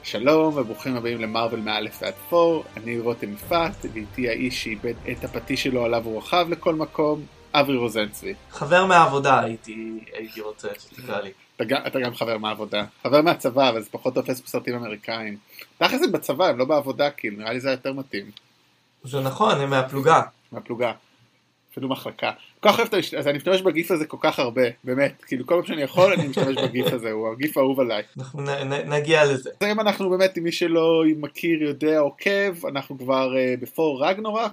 שלום וברוכים הבאים למרוול מאלף ועד פור, אני רותם יפעת, ואיתי האיש שאיבד את הפטיש שלו עליו הוא רכב לכל מקום, אברי רוזנצבי. חבר מהעבודה הייתי רוצה שתקרא לי. אתה גם חבר מהעבודה, חבר מהצבא, אבל זה פחות תופס בסרטים אמריקאים. תכף זה בצבא, הם לא בעבודה, כאילו, נראה לי זה יותר מתאים. זה נכון, הם מהפלוגה. מהפלוגה, אפילו מחלקה. כל כך אוהב, אז אני משתמש בגיף הזה כל כך הרבה, באמת, כאילו כל פעם שאני יכול אני משתמש בגיף הזה, הוא הגיף האהוב עליי. אנחנו נגיע לזה. אז היום אנחנו באמת, אם מי שלא מכיר, יודע, עוקב, אנחנו כבר בפור רגנרוק.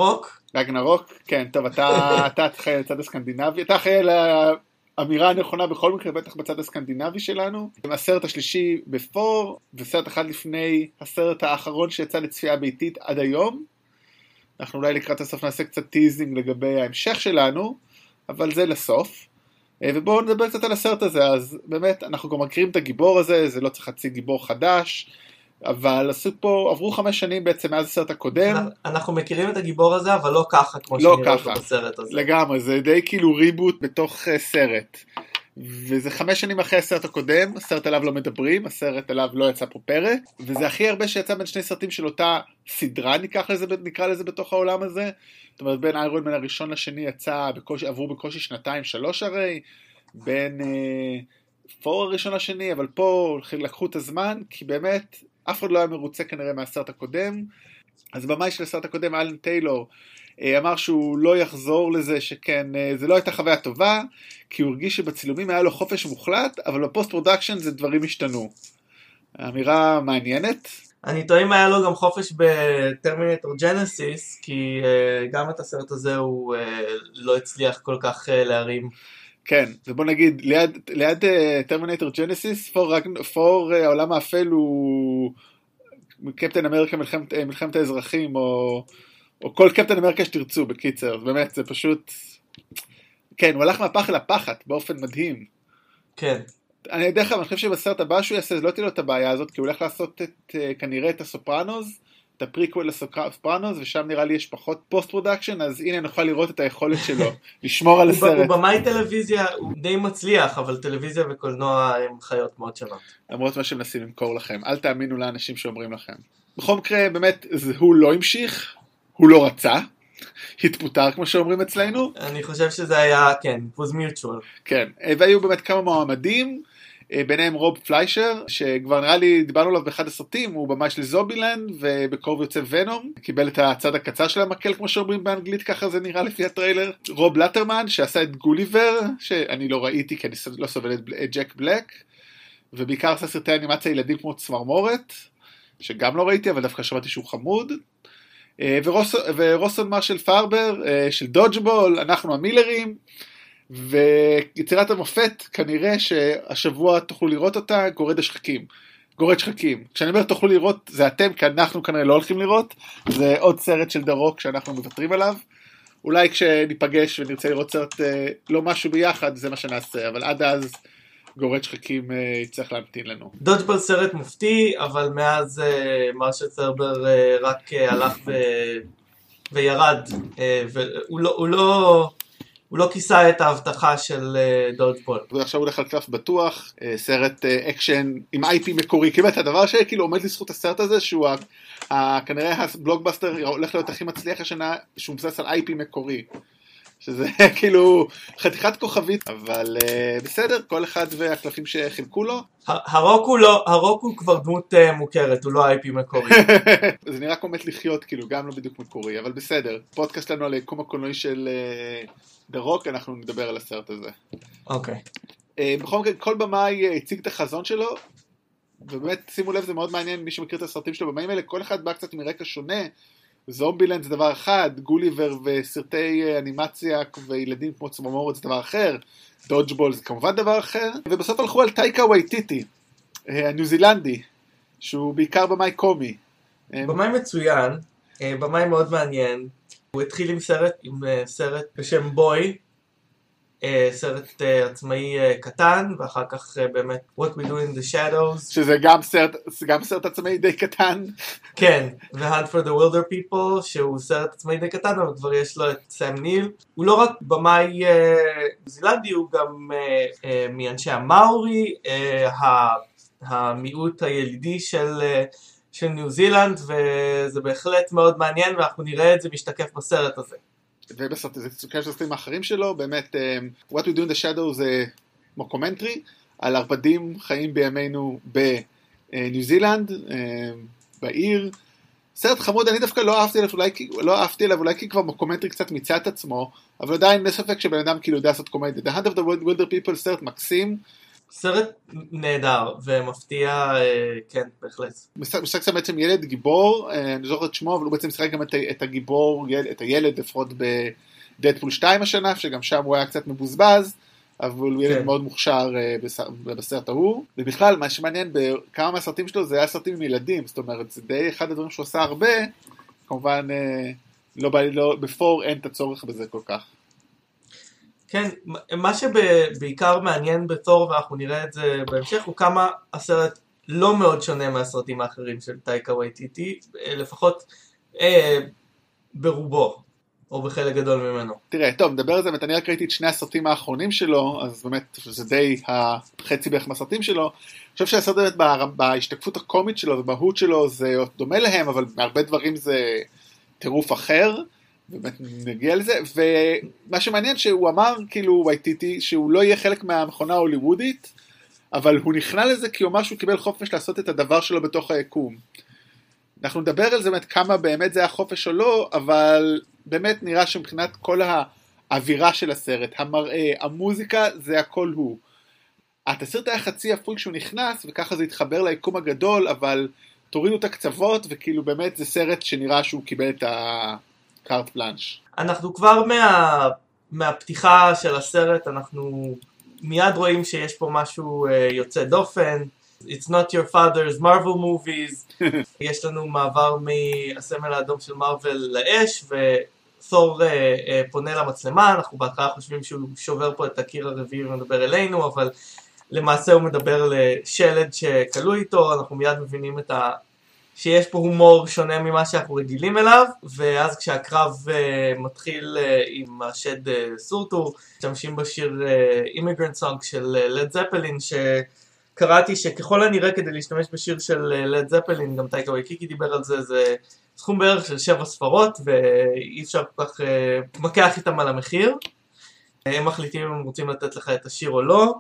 רגנרוק, כן, טוב, אתה חי לצד הסקנדינבי, אתה חי לאמירה הנכונה בכל מקרה, בטח בצד הסקנדינבי שלנו. הסרט השלישי בפור, וסרט אחד לפני הסרט האחרון שיצא לצפייה ביתית עד היום. אנחנו אולי לקראת הסוף נעשה קצת טיזינג לגבי ההמשך שלנו, אבל זה לסוף. ובואו נדבר קצת על הסרט הזה. אז באמת, אנחנו גם מכירים את הגיבור הזה, זה לא צריך להציג גיבור חדש, אבל עברו 5 שנים בעצם מאז הסרט הקודם. אנחנו מכירים את הגיבור הזה, אבל לא ככה כמו שנראה אותו בסרט הזה. לגמרי, זה די כאילו ריבוט בתוך סרט. וזה 5 שנים אחרי הסרט הקודם, הסרט עליו לא מדברים, הסרט עליו לא יצא פה פרק, וזה הכי הרבה שיצא בין 2 סרטים של אותה סדרה, נקרא לזה בתוך העולם הזה. זאת אומרת, בין איירון מן הראשון לשני עברו בקושי 2-3 הרי, בין פור הראשון לשני, אבל פה לקחו את הזמן, כי באמת אף אחד לא היה מרוצה כנראה מהסרט הקודם. אז במאי של הסרט הקודם, אלן טיילור, אמר שהוא לא יחזור לזה, שכן, זה לא הייתה חוויה טובה, כי הוא הרגיש שבצילומים היה לו חופש מוחלט, אבל בפוסט פרודקשן זה דברים השתנו. אמירה מעניינת. אני טועה אם היה לו גם חופש בטרמינטור ג'נסיס, כי גם את הסרט הזה הוא לא הצליח כל כך להרים. כן, ובוא נגיד, ליד טרמינטור ג'נסיס, פור העולם האפל הוא קפטן אמריקה מלחמת האזרחים, או כל קפטן אמריקה שתרצו, בקיצר, באמת, זה פשוט, כן, הוא הלך מהפח אל הפחת, באופן מדהים. כן. אני יודע לך, אני חושב שבסרט הבא שהוא יעשה, זה לא תהיה לו את הבעיה הזאת, כי הוא הולך לעשות כנראה את הסופרנוז, את הפריקוול לסופרנוז, ושם נראה לי יש פחות פוסט פרודקשן, אז הנה נוכל לראות את היכולת שלו, לשמור על הסרט. הוא במאי טלוויזיה, הוא די מצליח, אבל טלוויזיה וקולנוע הם חיות מאוד שונות. למרות מה שמנסים למכור לכם, אל תאמינו לאנשים שאומרים לכם. בכל מקרה, באמת, הוא לא המשיך, הוא לא רצה, התפוטר כמו שאומרים אצלנו. אני חושב שזה היה, כן, it was mutual. כן, והיו באמת כמה מועמדים, ביניהם רוב פליישר, שכבר נראה לי דיברנו עליו באחד הסרטים, הוא במאי של זומבילנד, ובקרוב יוצא ונום, קיבל את הצד הקצר של המקל כמו שאומרים באנגלית, ככה זה נראה לפי הטריילר. רוב לטרמן, שעשה את גוליבר, שאני לא ראיתי כי אני לא סובל את ג'ק בלק, ובעיקר עשה סרטי אנימציה ילדים כמו צמרמורת, שגם לא ראיתי, אבל דווקא שמעתי שהוא חמוד. ורוסון מרשל פארבר של דודג'בול, אנחנו המילרים, ויצירת המופת כנראה שהשבוע תוכלו לראות אותה, גורד שחקים. כשאני אומר תוכלו לראות, זה אתם, כי אנחנו כנראה לא הולכים לראות, זה עוד סרט של דרוק שאנחנו מוותרים עליו, אולי כשניפגש ונרצה לראות סרט לא משהו ביחד, זה מה שנעשה, אבל עד אז גורד שחקים יצטרך להמתין לנו. דודג'בול סרט מופתי, אבל מאז מרשל פארבר רק הלך וירד, הוא לא כיסה את ההבטחה של דודג'בול. ועכשיו הוא הולך על קלף בטוח, סרט אקשן עם IP מקורי, כמעט הדבר שכאילו עומד לזכות הסרט הזה, שהוא כנראה הבלוקבאסטר הולך להיות הכי מצליח השנה, שהוא מבסס על IP מקורי. שזה כאילו חתיכת כוכבית, אבל בסדר, כל אחד והקלפים שחילקו לו. הרוק הוא כבר דמות מוכרת, הוא לא IP מקורי. זה נראה קומת לחיות, כאילו גם לא בדיוק מקורי, אבל בסדר. פודקאסט לנו על היקום הקולנועי של דרוק, אנחנו נדבר על הסרט הזה. אוקיי. בכל מקרה, כל במאי הציג את החזון שלו, ובאמת שימו לב, זה מאוד מעניין, מי שמכיר את הסרטים שלו במאים האלה, כל אחד בא קצת מרקע שונה, זומבילנד זה דבר אחד, גוליבר וסרטי אנימציה וילדים כמו צמרמורת זה דבר אחר, דודג'בול זה כמובן דבר אחר, ובסוף הלכו על טייקה וייטיטי, הניו זילנדי, שהוא בעיקר במאי קומי. במאי מצוין, במאי מאוד מעניין, הוא התחיל עם סרט בשם בוי, סרט עצמאי קטן, ואחר כך באמת What We Do in the Shadows. שזה גם סרט עצמאי די קטן. כן, ו-Hunt for the Wilder People, שהוא סרט עצמאי די קטן, אבל כבר יש לו את סם ניל. הוא לא רק במאי זילנדי, הוא גם מאנשי המאורי, המיעוט הילידי של ניו זילנד, וזה בהחלט מאוד מעניין, ואנחנו נראה את זה משתקף בסרט הזה. ובסרט, זה סוכר של הסרטים האחרים שלו, באמת, What We Do in the Shadow זה מוקומנטרי, על ערפדים חיים בימינו בניו זילנד, בעיר. סרט חמוד, אני דווקא לא אהבתי עליו, אולי כי כבר מוקומנטרי קצת מיצה את עצמו, אבל עדיין בספק שבן אדם כאילו יודע לעשות קומדיה. The Hand of the Wilder People, סרט מקסים. סרט נהדר ומפתיע, כן, בהחלט. משחק שם בעצם ילד גיבור, אני זוכר את שמו, אבל הוא בעצם משחק גם את הגיבור, את הילד לפחות בדדפול 2 השנה, שגם שם הוא היה קצת מבוזבז, אבל הוא ילד מאוד מוכשר בסרט ההוא. ובכלל, מה שמעניין בכמה מהסרטים שלו, זה היה סרטים עם ילדים, זאת אומרת, זה די אחד הדברים שהוא עושה הרבה, כמובן, בפור אין את הצורך בזה כל כך. כן, מה שבעיקר מעניין בתור, ואנחנו נראה את זה בהמשך, הוא כמה הסרט לא מאוד שונה מהסרטים האחרים של טייקה וייטיטי, לפחות ברובו, או בחלק גדול ממנו. תראה, טוב, נדבר על זה, אני רק ראיתי את שני הסרטים האחרונים שלו, אז באמת זה די החצי בערך מהסרטים שלו. אני חושב שהסרט באמת בהשתקפות הקומית שלו ובהות שלו זה דומה להם, אבל מהרבה דברים זה טירוף אחר. באמת נגיע לזה, ומה שמעניין שהוא אמר, כאילו, וייטיטי, שהוא לא יהיה חלק מהמכונה ההוליוודית, אבל הוא נכנע לזה כי הוא אמר שהוא קיבל חופש לעשות את הדבר שלו בתוך היקום. אנחנו נדבר על זה, באמת, כמה באמת זה החופש או לא, אבל באמת נראה שמבחינת כל האווירה של הסרט, המראה, המוזיקה, זה הכל הוא. התסרט היה חצי אפוי כשהוא נכנס, וככה זה התחבר ליקום הגדול, אבל תורידו את הקצוות, וכאילו באמת זה סרט שנראה שהוא קיבל את קארט בלנש. אנחנו כבר מהפתיחה של הסרט, אנחנו מיד רואים שיש פה משהו יוצא דופן. It's not your father's Marvel movies. יש לנו מעבר מהסמל האדום של מרוול לאש, ותור פונה למצלמה. אנחנו בהתחלה חושבים שהוא שובר פה את הקיר הרביעי ומדבר אלינו, אבל למעשה הוא מדבר לשלד שכלוא איתו. אנחנו מיד מבינים שיש פה הומור שונה ממה שאנחנו רגילים אליו, ואז כשהקרב מתחיל עם השד סורטור, משתמשים בשיר Immigrant Song של לד זפלין, שקראתי שככל הנראה כדי להשתמש בשיר של לד זפלין, גם טייקה וייטיטי דיבר על זה, זה סכום בערך של 7 ספרות, ואי אפשר כל כך מתמקח איתם על המחיר. הם מחליטים אם הם רוצים לתת לך את השיר או לא,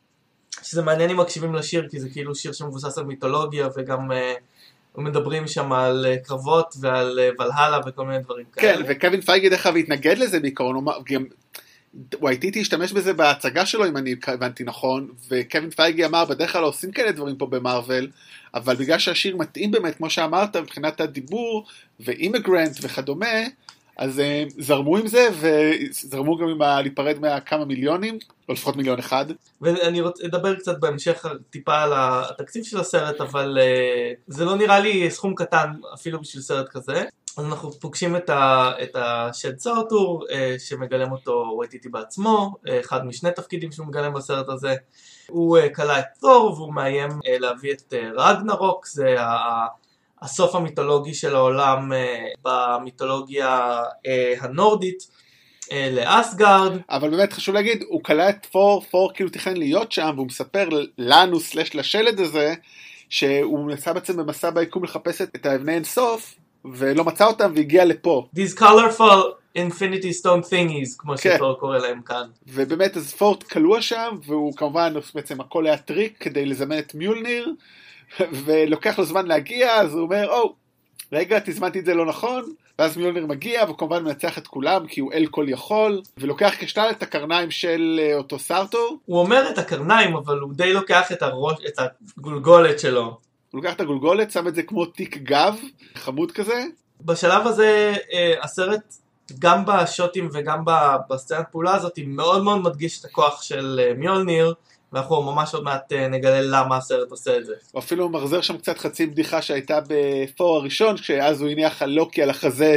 שזה מעניין אם מקשיבים לשיר, כי זה כאילו שיר שמבוסס על מיתולוגיה, וגם מדברים שם על קרבות ועל ולהלה וכל מיני דברים כאלה. כן, וקווין פייגי דרך אגב התנגד לזה בעיקרון, גם וייטיטי השתמש בזה בהצגה שלו, אם אני הבנתי נכון, וקווין פייגי אמר, בדרך כלל לא עושים כאלה דברים פה במרוול, אבל בגלל שהשיר מתאים באמת, כמו שאמרת, מבחינת הדיבור, ואימגרנט וכדומה, אז זרמו עם זה, וזרמו גם עם להיפרד מהכמה מיליונים, או לפחות 1,000,000. ואני רוצה לדבר קצת בהמשך טיפה על התקציב של הסרט, אבל זה לא נראה לי סכום קטן אפילו בשביל סרט כזה. אז אנחנו פוגשים את השד סורטור, שמגלם אותו וייטיטי בעצמו, אחד משני תפקידים שהוא מגלם בסרט הזה. הוא קלע את תור, והוא מאיים להביא את רגנרוק, זה הסוף המיתולוגי של העולם במיתולוגיה הנורדית, לאסגרד. אבל באמת חשוב להגיד, הוא קלע את פור כאילו תכנן להיות שם, והוא מספר לנו סלש לשלד הזה, שהוא נסע בעצם במסע ביקום לחפש את האבני אינסוף, ולא מצא אותם והגיע לפה. These colorful infinity stone thingies, כמו שפור קורא להם כאן. ובאמת אז פורט קלוע שם, והוא כמובן בעצם הכל היה טריק כדי לזמן את מיולניר, ולוקח לו זמן להגיע, אז הוא אומר, רגע, תזמנתי את זה לא נכון, ואז מיולניר מגיע, וכמובן מנצח את כולם, כי הוא אל כל יכול, ולוקח כשתל את הקרניים של אותו סרטור. הוא אומר את הקרניים, אבל הוא די לוקח את הגולגולת שלו. הוא לוקח את הגולגולת, שם את זה כמו תיק גב, חמוד כזה. בשלב הזה, הסרט, גם בשוטים וגם בסצנת פעולה הזאת, מאוד מאוד מדגיש את הכוח של מיולניר, ואנחנו ממש עוד מעט נגלה למה הסרט עושה את זה. אפילו הוא מחזר שם קצת חצי בדיחה שהייתה בפור הראשון, כשאז הוא הניח על לוקי על החזה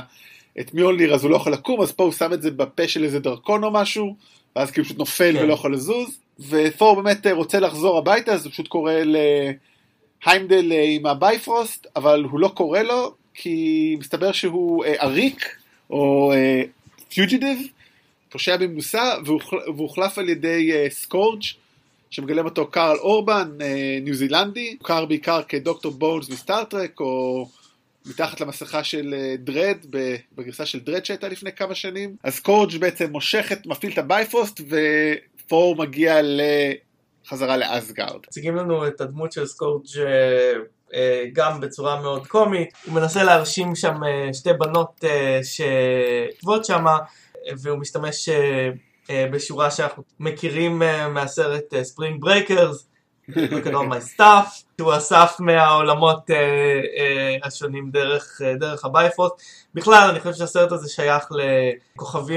את מיולניר, אז הוא לא יכול לקום, אז פה הוא שם את זה בפה של איזה דרכון או משהו, ואז כאילו פשוט נופל ולא יכול לזוז, ופור באמת רוצה לחזור הביתה, אז הוא פשוט קורא להיימדל עם הבייפרוסט, אבל הוא לא קורא לו, כי מסתבר שהוא עריק, או פיוג'יטיב, פושע במנוסה, והוא הוחלף על ידי סקורג', שמגלם אותו קארל אורבן, ניו זילנדי, מוכר בעיקר כדוקטור בונס מסטארטרק, או מתחת למסכה של דרד, בגרסה של דרד שהייתה לפני כמה שנים. אז סקורג' בעצם מפעיל את הבייפרוסט, ופור מגיע חזרה לאסגרד. מציגים לנו את הדמות של סקורג' גם בצורה מאוד קומית. הוא מנסה להרשים שם שתי בנות שכתובות שם, והוא משתמש בשורה שאנחנו מכירים מהסרט ספרינג ברייקרס, Look at all my stuff, שהוא אסף מהעולמות השונים דרך הבייפרוסט. בכלל אני חושב שהסרט הזה שייך לכוכבי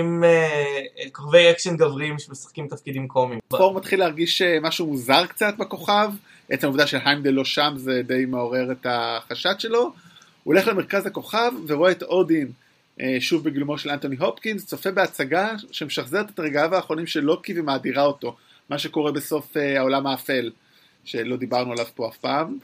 אקשן גבריים שמשחקים תפקידים קומיים. פור מתחיל להרגיש משהו מוזר קצת בכוכב, עצם העובדה שהיימדל לא שם זה די מעורר את החשד שלו. הוא הולך למרכז הכוכב ורואה את אודין, שוב בגילומו של אנתוני הופקינס, צופה בהצגה שמשחזרת את רגעיו האחרונים של לוקי ומאדירה אותו, מה שקורה בסוף העולם האפל, שלא דיברנו עליו פה אף פעם.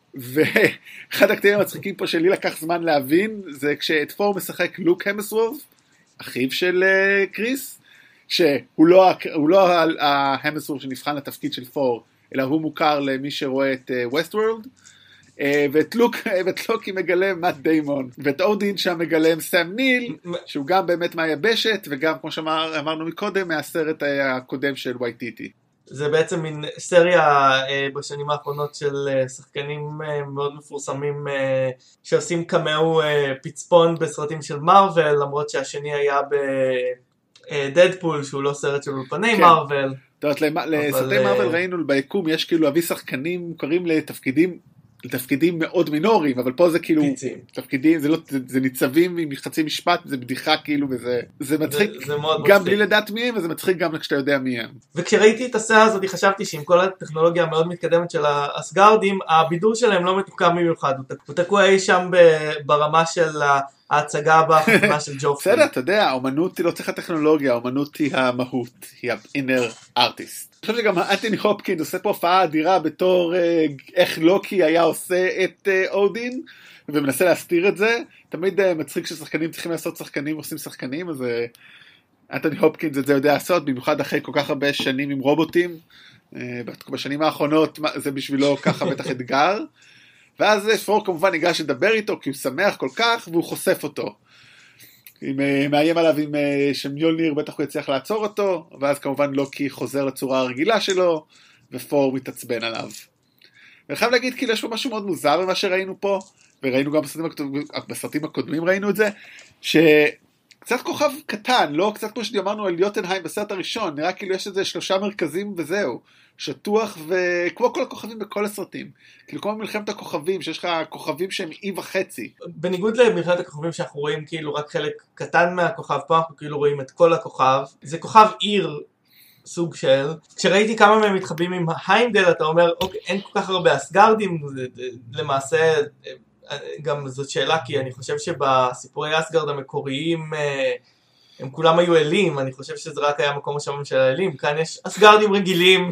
ואחד הקטעים המצחיקים פה שלי לקח זמן להבין, זה כשאת פור משחק לוק המסוורת', אחיו של קריס, שהוא לא ההמסוורת' שנבחן לתפקיד של פור, אלא הוא מוכר למי שרואה את ווסט וורלד, ואת לוקי מגלם מאט דיימון, ואת אודין שם מגלם סם ניל, שהוא גם באמת מהיבשת, וגם כמו שאמרנו מקודם, מהסרט הקודם של וייטיטי. זה בעצם מין סריה בשנים האחרונות של שחקנים מאוד מפורסמים שעושים קמאו פצפון בסרטים של מרוול, למרות שהשני היה בדדפול, שהוא לא סרט של אולפני מרוול. לסרטי מרוול ראינו ביקום, יש כאילו אבי שחקנים מוכרים לתפקידים מאוד מינוריים, אבל פה זה כאילו תפקידים, זה ניצבים עם חצי משפט, זה בדיחה כאילו, וזה מצחיק גם בלי לדעת מי הם, וזה מצחיק גם כשאתה יודע מי הם. וכשראיתי את הסרט הזאת, חשבתי שעם כל הטכנולוגיה המאוד מתקדמת של האסגרדים, הבידור שלהם לא מתוקם במיוחד, הוא תקוע אי שם ברמה של ההצגה הבאה, חתמה של ג'ופרי. בסדר, אתה יודע, האומנות היא לא צריכה טכנולוגיה, האומנות היא המהות, היא ה-inner artist. אני חושב שגם אנתוני הופקינס עושה פה הופעה אדירה בתור איך לוקי היה עושה את אודין, ומנסה להסתיר את זה. תמיד מצחיק ששחקנים צריכים לעשות שחקנים, עושים שחקנים, אז אנתוני הופקינס את זה יודע לעשות, במיוחד אחרי כל כך הרבה שנים עם רובוטים. בשנים האחרונות זה בשבילו ככה בטח אתגר. ואז פור כמובן ניגש לדבר איתו, כי הוא שמח כל כך, והוא חושף אותו. מאיים עליו עם שמיולניר, בטח הוא יצליח לעצור אותו, ואז כמובן לוקי חוזר לצורה הרגילה שלו, ופור מתעצבן עליו. ואני חייב להגיד, כאילו יש פה משהו מאוד מוזר במה שראינו פה, וראינו גם בסרטים הקודמים ראינו את זה, שקצת כוכב קטן, לא קצת כמו שאמרנו על יוטנהיים בסרט הראשון, נראה כאילו יש איזה 3 מרכזים וזהו, שטוח וכמו כל הכוכבים בכל הסרטים, כאילו כמו מלחמת הכוכבים, שיש לך כוכבים שהם אי וחצי. בניגוד למלחמת הכוכבים שאנחנו רואים כאילו רק חלק קטן מהכוכב, פה אנחנו כאילו רואים את כל הכוכב, זה כוכב עיר סוג של, כשראיתי כמה מהם מתחבאים עם היימדל, אתה אומר, אוקיי, אין כל כך הרבה אסגרדים, למעשה, גם זאת שאלה, כי אני חושב שבסיפורי אסגרד המקוריים, הם כולם היו אלים, אני חושב שזה רק היה מקום השמם של האלים, כאן יש אסגרדים רגילים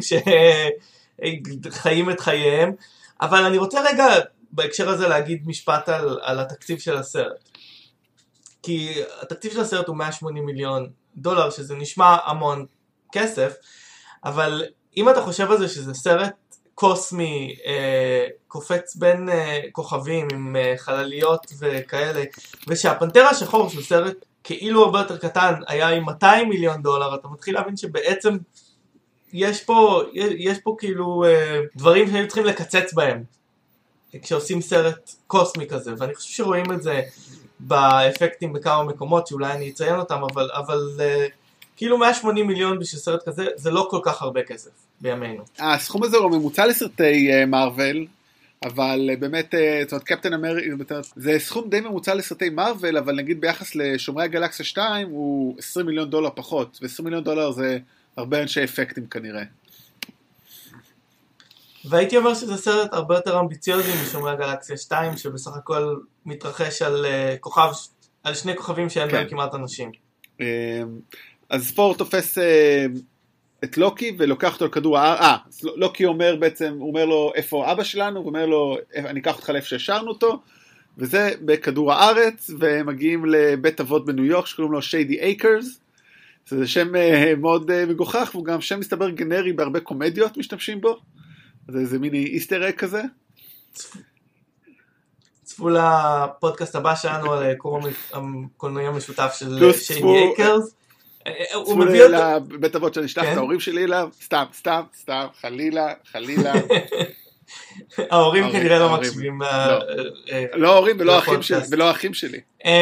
שחיים את חייהם, אבל אני רוצה רגע בהקשר הזה להגיד משפט על התקציב של הסרט, כי התקציב של הסרט הוא $180 מיליון, שזה נשמע המון כסף, אבל אם אתה חושב על זה שזה סרט קוסמי, קופץ בין כוכבים עם חלליות וכאלה, ושהפנתר השחור של סרט כאילו הרבה יותר קטן היה עם $200 מיליון, אתה מתחיל להבין שבעצם יש פה כאילו דברים שהיו צריכים לקצץ בהם כשעושים סרט קוסמי כזה, ואני חושב שרואים את זה באפקטים בכמה מקומות שאולי אני אציין אותם, אבל כאילו $180 מיליון בשביל סרט כזה זה לא כל כך הרבה כסף בימינו. הסכום הזה הוא ממוצע לסרטי מארוול, אבל באמת, זאת אומרת, קפטן אמריקה, זה סכום די ממוצע לסרטי מארוול, אבל נגיד ביחס לשומרי הגלקסיה 2, הוא $20 מיליון פחות, ו$20 מיליון זה הרבה אנשי אפקטים כנראה. והייתי אומר שזה סרט הרבה יותר אמביציוזי משומרי הגלקסיה 2, שבסך הכל מתרחש על 2 כוכבים שאין בהם כמעט אנשים. אז פור תופס את לוקי ולוקח אותו לכדור לוקי אומר בעצם, הוא אומר לו איפה אבא שלנו, הוא אומר לו אני אקח אותך לאיפה שהשארנו אותו, וזה בכדור הארץ, והם מגיעים לבית אבות בניו יורק שקוראים לו שיידי אייקרס. זה שם מאוד מגוחך, והוא גם שם מסתבר גנרי בהרבה קומדיות משתמשים בו. זה איזה מיני איסטר אג כזה. צפו לפודקאסט הבא שלנו על קולנועי המשותף של שיידי אייקרס. צפו לבית אבות שאני אשלח את ההורים שלי אליו, סתם, חלילה. ההורים כנראה לא מקשיבים. לא ההורים ולא האחים שלי.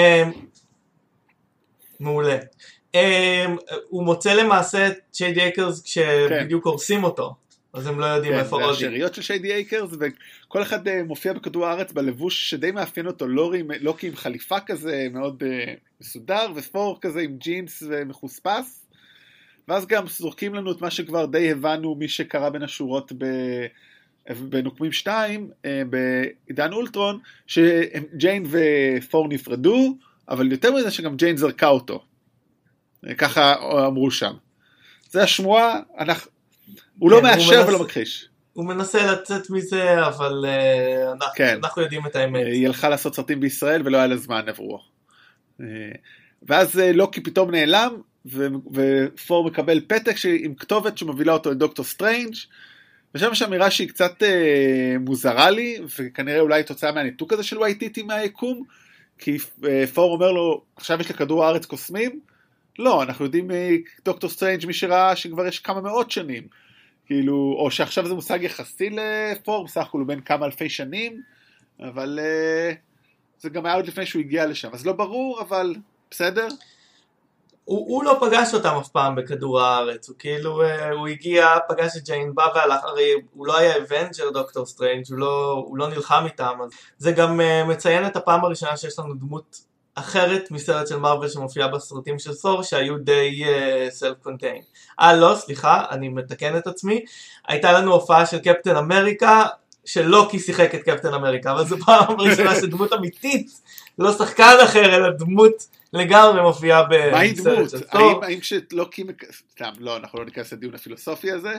מעולה. הוא מוצא למעשה את שיידי אייקרס כשבדיוק הורסים אותו. אז הם לא יודעים איפה עוד. השאריות של שיידי אייקרס, וכל אחד מופיע בכדור הארץ בלבוש שדי מאפיין אותו, לוקי עם חליפה כזה מאוד מסודר, ופור כזה עם ג'ינס ומחוספס, ואז גם זורקים לנו את מה שכבר די הבנו מי שקרא בין השורות בנוקמים 2, בעידן אולטרון, שג'יין ופור נפרדו, אבל יותר מזה שגם ג'יין זרקה אותו. ככה אמרו שם. זה השמועה, הוא לא מאשר ולא מכחיש. הוא מנסה לצאת מזה, אבל אנחנו יודעים את האמת. היא הלכה לעשות סרטים בישראל ולא היה לה זמן עבורו. ואז לוקי פתאום נעלם, ופור מקבל פתק עם כתובת שמובילה אותו לדוקטור סטרנג', ושם יש אמירה שהיא קצת מוזרה לי, וכנראה אולי תוצאה מהניתוק הזה של וייטיטי מהיקום, כי פור אומר לו, עכשיו יש לכדור הארץ קוסמים? לא, אנחנו יודעים דוקטור סטרנג' מי שראה שכבר יש כמה מאות שנים, כאילו, או שעכשיו זה מושג יחסי לפור, בסך הכל הוא בין כמה אלפי שנים, אבל זה גם היה עוד לפני שהוא הגיע לשם, אז לא ברור, אבל בסדר. הוא לא פגש אותם אף פעם בכדור הארץ, הוא כאילו, הוא הגיע, פגש את ג'יין, בא והלך, הרי הוא לא היה אבנג'ר דוקטור סטרנג', הוא לא נלחם איתם, אז זה גם מציין את הפעם הראשונה שיש לנו דמות אחרת מסרט של מרוול שמופיע בסרטים של תור, שהיו די self-contained. לא, סליחה, אני מתקן את עצמי, הייתה לנו הופעה של קפטן אמריקה, שלוקי שיחק את קפטן אמריקה, אבל זו פעם ראשונה שדמות אמיתית, לא שחקן אחר, אלא דמות לגמרי מופיעה בסרט של תור. האם כשלוקי, סתם, לא, אנחנו לא ניכנס לדיון הפילוסופי הזה.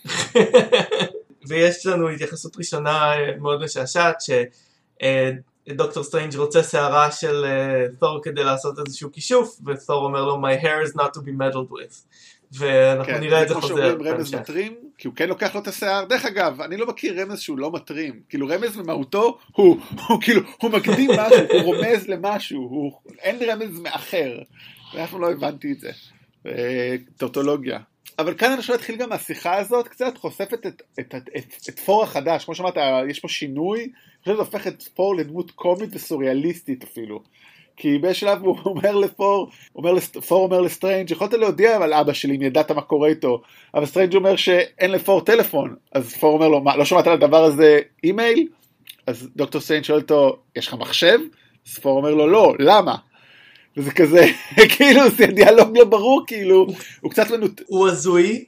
ויש לנו התייחסות ראשונה מאוד משעשעת, דוקטור סטרנג' רוצה שערה של תור כדי לעשות איזשהו כישוף, ותור אומר לו, my hair is not to be meddled with. ואנחנו נראה את זה חוזר. כמו שאומרים רמז מטרים, כי הוא כן לוקח לו את השיער. דרך אגב, אני לא מכיר רמז שהוא לא מטרים. כאילו רמז במהותו, הוא כאילו, הוא מקדים משהו, הוא רומז למשהו, אין רמז מאחר. אנחנו לא הבנתי את זה. טוטולוגיה. אבל כאן אני חושב להתחיל גם מהשיחה הזאת, קצת חושפת את פור החדש. כמו שאמרת, יש פה שינוי, אני חושב שזה הופך את פור לדמות קומית וסוריאליסטית אפילו. כי בשלב הוא אומר לפור, פור אומר לסטרנג' יכולת להודיע על אבא שלי אם ידעת מה קורה איתו, אבל סטרנג' אומר שאין לפור טלפון, אז פור אומר לו, מה, לא שמעת על הדבר הזה אימייל? אז דוקטור סטרנג' שואל אותו, יש לך מחשב? אז פור אומר לו, לא, למה? וזה כזה, כאילו, זה דיאלוג לא ברור, כאילו, הוא קצת הוא הזוי,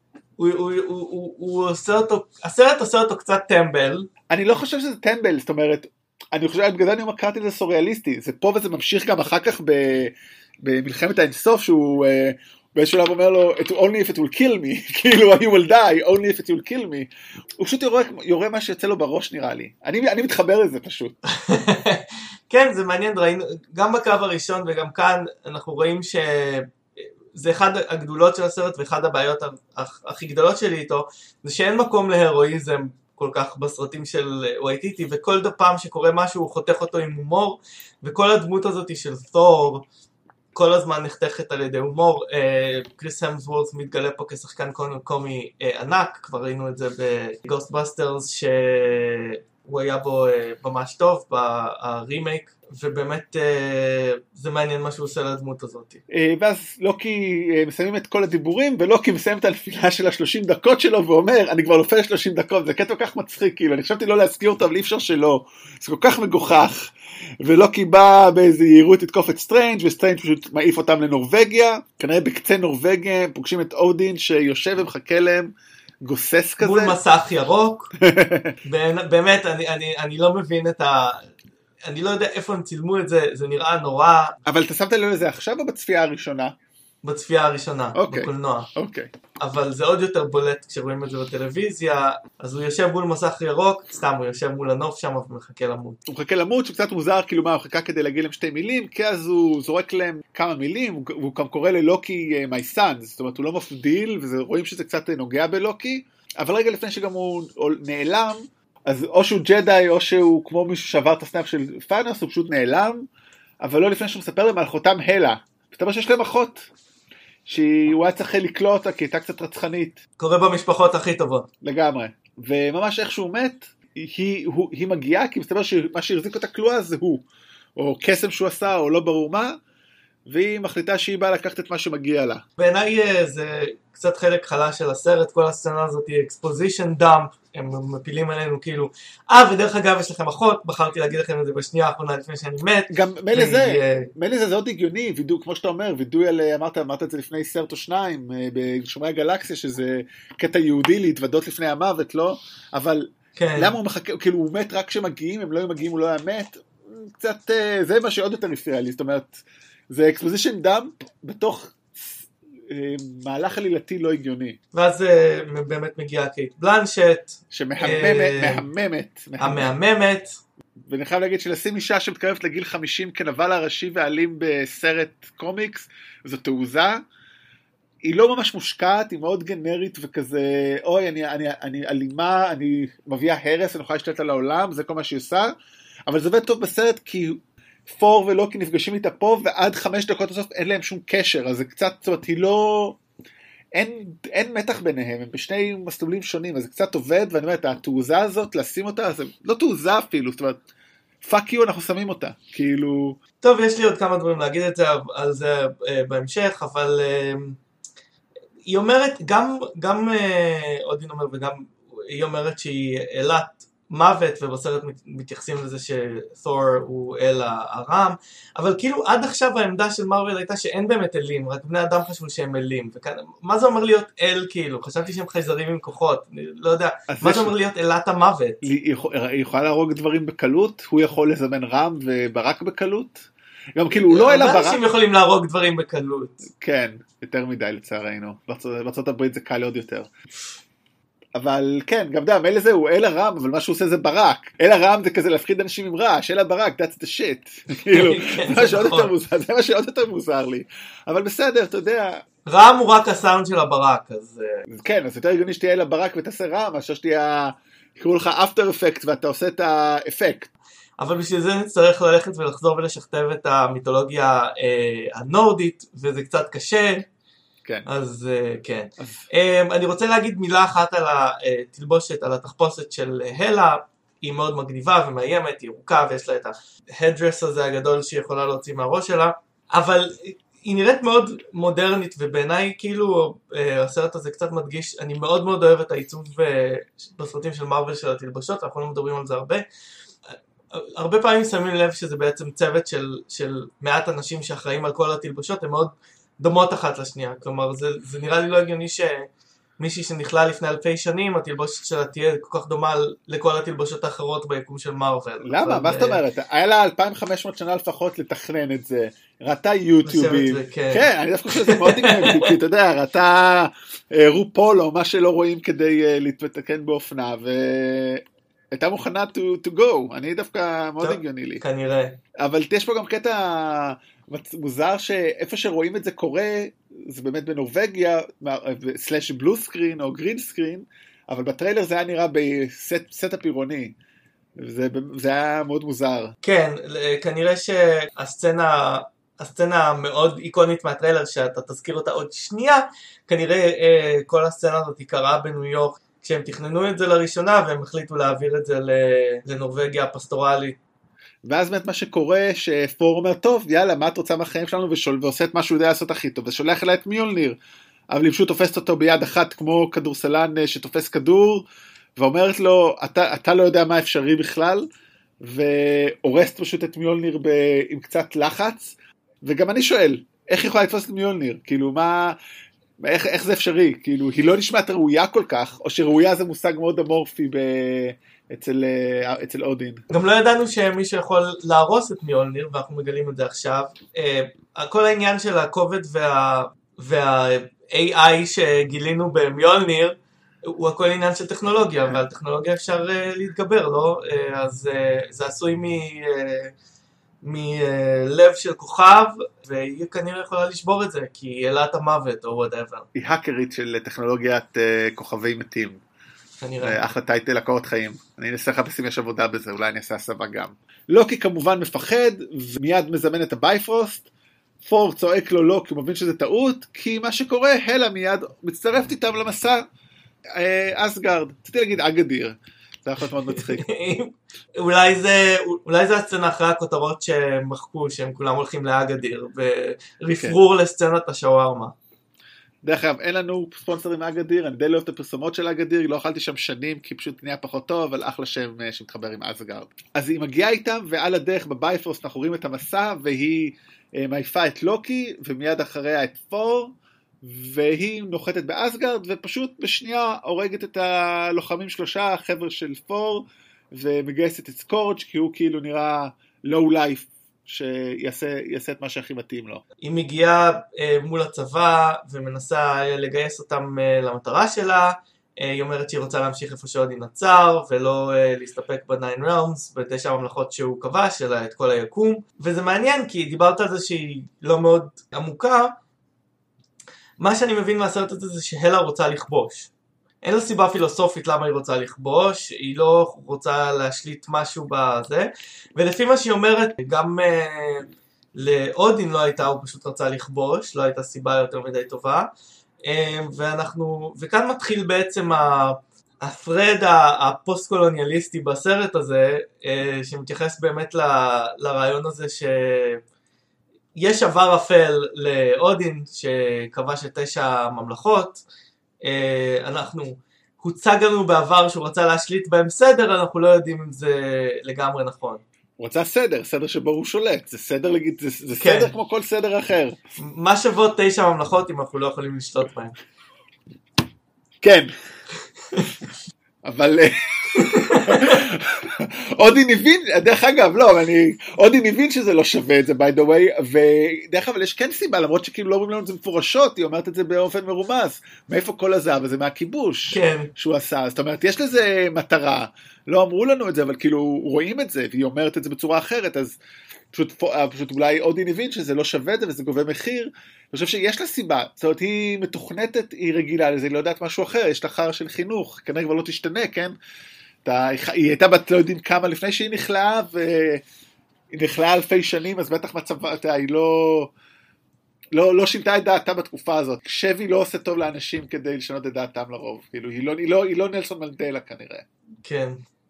הוא עושה אותו, הסרט עושה אותו קצת טמבל. אני לא חושב שזה טמבל, זאת אומרת, אני חושב, בגלל זה אני קראתי לזה סוריאליסטי, זה פה וזה ממשיך גם אחר כך במלחמת האינסוף, שהוא באיזשהו שלב אומר לו, only if it will kill me, כאילו, you will die, only if it will kill me, הוא פשוט יורה מה שיוצא לו בראש נראה לי, אני מתחבר לזה פשוט. כן, זה מעניין, גם בקו הראשון וגם כאן אנחנו רואים שזה אחד הגדולות של הסרט, ואחד הבעיות הכי גדולות שלי איתו, זה שאין מקום להרואיזם כל כך בסרטים של וייטיטי, וכל פעם שקורה משהו הוא חותך אותו עם הומור, וכל הדמות הזאת של תור כל הזמן נחתכת על ידי הומור. קריס המסוורת' מתגלה פה כשחקן קומי ענק, כבר ראינו את זה בגוסטבאסטרס שהוא היה בו ממש טוב ברימייק, ובאמת זה מעניין מה שהוא עושה לדמות הזאת. ואז לוקי מסיימים את כל הדיבורים, ולוקי מסיים את הנפילה של 30 דקות שלו ואומר, אני כבר נופל 30 דקות, זה קטע כל כך מצחיק, כאילו, אני חשבתי לא להזכיר אותו, אבל אי אפשר שלא, זה כל כך מגוחך, ולוקי בא באיזו יעירות לתקוף את סטרנג', וסטרנג' פשוט מעיף אותם לנורווגיה, כנראה בקצה נורווגיה, פוגשים את אודין שיושב ומחכה להם, גוסס כזה. מול מסך ירוק, באמת, אני לא מבין את אני לא יודע איפה הם צילמו את זה, זה נראה נורא. אבל אתה שמת לב לזה עכשיו או בצפייה הראשונה? בצפייה הראשונה, אוקיי. בקולנוע. אוקיי. אבל זה עוד יותר בולט כשרואים את זה בטלוויזיה, אז הוא יושב מול מסך ירוק, סתם הוא יושב מול הנוף שם ומחכה למות. הוא מחכה למות, שקצת מוזר, כאילו מה, הוא חכה כדי להגיד להם 2 מילים, כי אז הוא זורק להם כמה מילים, והוא גם קורא ללוקי my son, זאת אומרת הוא לא מפדיל, ורואים שזה קצת נוגע בלוקי, אבל רגע לפני שגם הוא נעלם, אז או שהוא ג'די, או שהוא כמו מישהו שעבר את הסנאפ של פאנוס, הוא פשוט נעלם, אבל לא לפני שהוא מספר להם על אחותם הלה, מסתבר שיש להם אחות, שהוא היה צריך לקלוע אותה, כי הייתה קצת רצחנית. קורה במשפחות הכי טובות. לגמרי. וממש איך שהוא מת, היא מגיעה, כי מסתבר שמה שהחזיק אותה כלואה זה הוא, או קסם שהוא עשה, או לא ברור מה, והיא מחליטה שהיא באה לקחת את מה שמגיע לה. בעיניי זה קצת חלק חלש של הסרט, כל הסצנה הזאת היא exposition dump, הם מפילים עלינו כאילו, ודרך אגב יש לכם אחות, בחרתי להגיד לכם את זה בשנייה האחרונה לפני שאני מת. גם מילא זה עוד הגיוני, וידוי, כמו שאתה אומר, וידוי על, אמרת את זה לפני סרט או 2, בשומרי הגלקסיה, שזה קטע יהודי להתוודות לפני המוות, לא? אבל כן. למה הוא מחכה, כאילו הוא מת רק כשמגיעים, הם לא היו מגיעים, הוא לא היה מת, קצת, זה מה שעוד יותר הפריע לי, זאת אומרת, זה exposition dump בתוך מהלך עלילתי לא הגיוני. ואז באמת מגיעה קייט בלנשט. שמהממת. המהממת. ואני חייב להגיד שלשים אישה שמתקרבת לגיל 50 כנבל הראשי ואלים בסרט קומיקס, זו תעוזה. היא לא ממש מושקעת, היא מאוד גנרית וכזה, אוי, אני אלימה, אני מביאה הרס, אני יכולה להשתלט על העולם, זה כל מה שהיא עושה. אבל זה עובד טוב בסרט כי פור ולוקי נפגשים איתה פה, ועד 5 דקות בסוף אין להם שום קשר, אז זה קצת, זאת אומרת, היא לא, אין מתח ביניהם, הם בשני מסלולים שונים, אז זה קצת עובד, ואני אומרת, התעוזה הזאת, לשים אותה, זה לא תעוזה אפילו, זאת אומרת, פאק יו, אנחנו שמים אותה, כאילו. טוב, יש לי עוד כמה דברים להגיד את זה, על זה בהמשך, אבל היא אומרת, גם אודין אומר, וגם היא אומרת שהיא אלת מוות, ובסרט מתייחסים לזה שתור הוא אל הרם, אבל כאילו עד עכשיו העמדה של מרוול הייתה שאין באמת אלים, רק בני אדם חשבו שהם אלים, מה זה אומר להיות אל כאילו? חשבתי שהם חייזרים עם כוחות, לא יודע, מה זה אומר להיות אלת המוות? היא יכולה להרוג דברים בקלות, הוא יכול לזמן רם וברק בקלות, גם כאילו הוא לא אל הברק. אנשים יכולים להרוג דברים בקלות. כן, יותר מדי לצערנו, בארצות הברית זה קל עוד יותר. אבל כן, גם דם, אל הזה הוא אל הרם, אבל מה שהוא עושה זה ברק. אל הרם זה כזה להפחיד אנשים עם רעש, אל הברק, that's the shit. זה מה שעוד יותר מוזר לי. אבל בסדר, אתה יודע. רם הוא רק הסאונד של הברק, אז כן, אז יותר הגיוני שתהיה אל הברק ותעשה רם, מאשר שתהיה, יקראו לך after effect ואתה עושה את האפקט. אבל בשביל זה נצטרך ללכת ולחזור ולשכתב את המיתולוגיה הנורדית, וזה קצת קשה. כן. אז כן. אני רוצה להגיד מילה אחת על התלבושת, על התחפושת של הלה, היא מאוד מגניבה ומאיימת, היא ירוקה ויש לה את ההדרס הזה הגדול שהיא יכולה להוציא מהראש שלה, אבל היא נראית מאוד מודרנית, ובעיניי כאילו הסרט הזה קצת מדגיש, אני מאוד מאוד אוהב את העיצוב בסרטים של מרוול של התלבושות, אנחנו לא מדברים על זה הרבה פעמים שמים לב שזה בעצם צוות של מעט אנשים שאחראים על כל התלבושות, הם מאוד דומות אחת לשנייה, כלומר זה נראה לי לא הגיוני שמישהי שנכלה לפני 2000 שנים, התלבושת שלה תהיה כל כך דומה לכל התלבושות האחרות ביקום של מרוול. למה? מה זאת אומרת? היה לה 2500 שנה לפחות לתכנן את זה, ראתה יוטיובים, כן, אני דווקא חושב שזה מאוד נגמר, כי אתה יודע, ראתה רופול או מה שלא רואים כדי להתתקן באופנה, והייתה מוכנה to go, אני דווקא מאוד הגיוני לי. כנראה. אבל יש פה גם קטע מוזר שאיפה שרואים את זה קורה, זה באמת בנורווגיה, סלש בלו סקרין או גרין סקרין, אבל בטריילר זה היה נראה בסט הפירוני, זה היה מאוד מוזר. כן, כנראה שהסצנה המאוד איקונית מהטריילר, שאתה תזכיר אותה עוד שנייה, כנראה כל הסצנה הזאת היא קרה בניו יורק, כשהם תכננו את זה לראשונה, והם החליטו להעביר את זה לנורווגיה הפסטורלית, ואז באמת מה שקורה, שפור אומר, טוב, יאללה, מה את רוצה מהחיים שלנו, ועושה את מה שהוא יודע לעשות הכי טוב, ושולח אליה את מיולניר, אבל היא פשוט תופסת אותו ביד אחת, כמו כדורסלן שתופס כדור, ואומרת לו, אתה לא יודע מה אפשרי בכלל, והורסת פשוט את מיולניר עם קצת לחץ, וגם אני שואל, איך היא יכולה לתפוס את מיולניר? כאילו, איך זה אפשרי? כאילו, היא לא נשמעת ראויה כל כך, או שראויה זה מושג מאוד אמורפי אצל אודין. גם לא ידענו שמישהו יכול להרוס את מיולניר, ואנחנו מגלים את זה עכשיו. כל העניין של הכובד וה-AI שגילינו במיולניר, הוא הכל עניין של טכנולוגיה, ועל טכנולוגיה אפשר להתגבר, לא? אז זה עשוי מלב של כוכב, והיא כנראה יכולה לשבור את זה, כי היא אלת המוות או whatever. היא האקרית של טכנולוגיית כוכבי מתים. כנראה. אחלה טייטל לקורות חיים. אני אנסה לחפש אם יש עבודה בזה, אולי אני אעשה הסבה גם. לוקי כמובן מפחד, ומיד מזמן את הבייפרוסט. פור צועק לו לא, כי הוא מבין שזה טעות, כי מה שקורה, הלה מיד מצטרפת איתם למסע אסגרד. רציתי להגיד אגדיר. זה יכול להיות מאוד מצחיק. אולי זה הסצנה אחרי הכותרות שהם מחקו, שהם כולם הולכים לאגדיר, ורפרור לסצנת השווארמה. דרך אגב, אין לנו ספונסרים מאגדיר, אני די לא אוהב את הפרסומות של אגדיר, לא אכלתי שם שנים, כי פשוט נהיה פחות טוב, אבל אחלה שם שמתחבר עם אסגרד. אז היא מגיעה איתם, ועל הדרך בבייפרוסט אנחנו רואים את המסע, והיא מעיפה את לוקי, ומיד אחריה את פור, והיא נוחתת באסגרד, ופשוט בשנייה הורגת את הלוחמים שלושה, החבר'ה של פור, ומגייסת את סקורג' כי הוא כאילו נראה לואו לייף, שיעשה את מה שהכי מתאים לו. היא מגיעה מול הצבא, ומנסה לגייס אותם למטרה שלה, היא אומרת שהיא רוצה להמשיך איפה שאודין עצר, ולא להסתפק ב9 realms, ב9 הממלכות שהוא כבש, אלא את כל היקום, וזה מעניין, כי דיברת על זה שהיא לא מאוד עמוקה, מה שאני מבין מהסרט הזה זה שהלה רוצה לכבוש. אין לה סיבה פילוסופית למה היא רוצה לכבוש, היא לא רוצה להשליט משהו בזה, ולפי מה שהיא אומרת, גם לאודין לא הייתה, הוא פשוט רצה לכבוש, לא הייתה סיבה יותר מדי טובה, וכאן מתחיל בעצם הפרד הפוסט-קולוניאליסטי בסרט הזה, שמתייחס באמת לרעיון הזה יש עבר אפל לאודין שכבש את 9 ממלכות, הוצג לנו בעבר שהוא רצה להשליט בהם סדר, אנחנו לא יודעים אם זה לגמרי נכון. הוא רצה סדר שבו הוא שולט, זה סדר, זה כן. סדר כמו כל סדר אחר. מה שוות 9 ממלכות אם אנחנו לא יכולים לשלוט בהם? כן. אבל אודין הבין, דרך אגב, לא, אודין הבין שזה לא שווה את זה, by the way, ודרך אגב, יש כן סיבה, למרות שכאילו לא אומרים לנו את זה מפורשות, היא אומרת את זה באופן מרומז, מאיפה כל הזהב הזה? מהכיבוש שהוא עשה, זאת אומרת, יש לזה מטרה, לא אמרו לנו את זה, אבל כאילו רואים את זה, והיא אומרת את זה בצורה אחרת, אז פשוט אולי אודין הבין שזה לא שווה את זה, וזה גובה מחיר, אני חושב שיש לה סיבה, זאת אומרת, היא מתוכנתת, היא רגילה לזה, היא לא יודעת משהו אחר, יש לה חר של חינוך, כנראה כבר לא תשתנה, כן? היא הייתה בת לא יודעים כמה לפני שהיא נכלאה, והיא נכלאה אלפי שנים, אז בטח מצבה, היא לא שינתה את דעתה בתקופה הזאת. שבי לא עושה טוב לאנשים כדי לשנות את דעתם לרוב, כאילו, היא לא נלסון מנדלה כנראה. כן,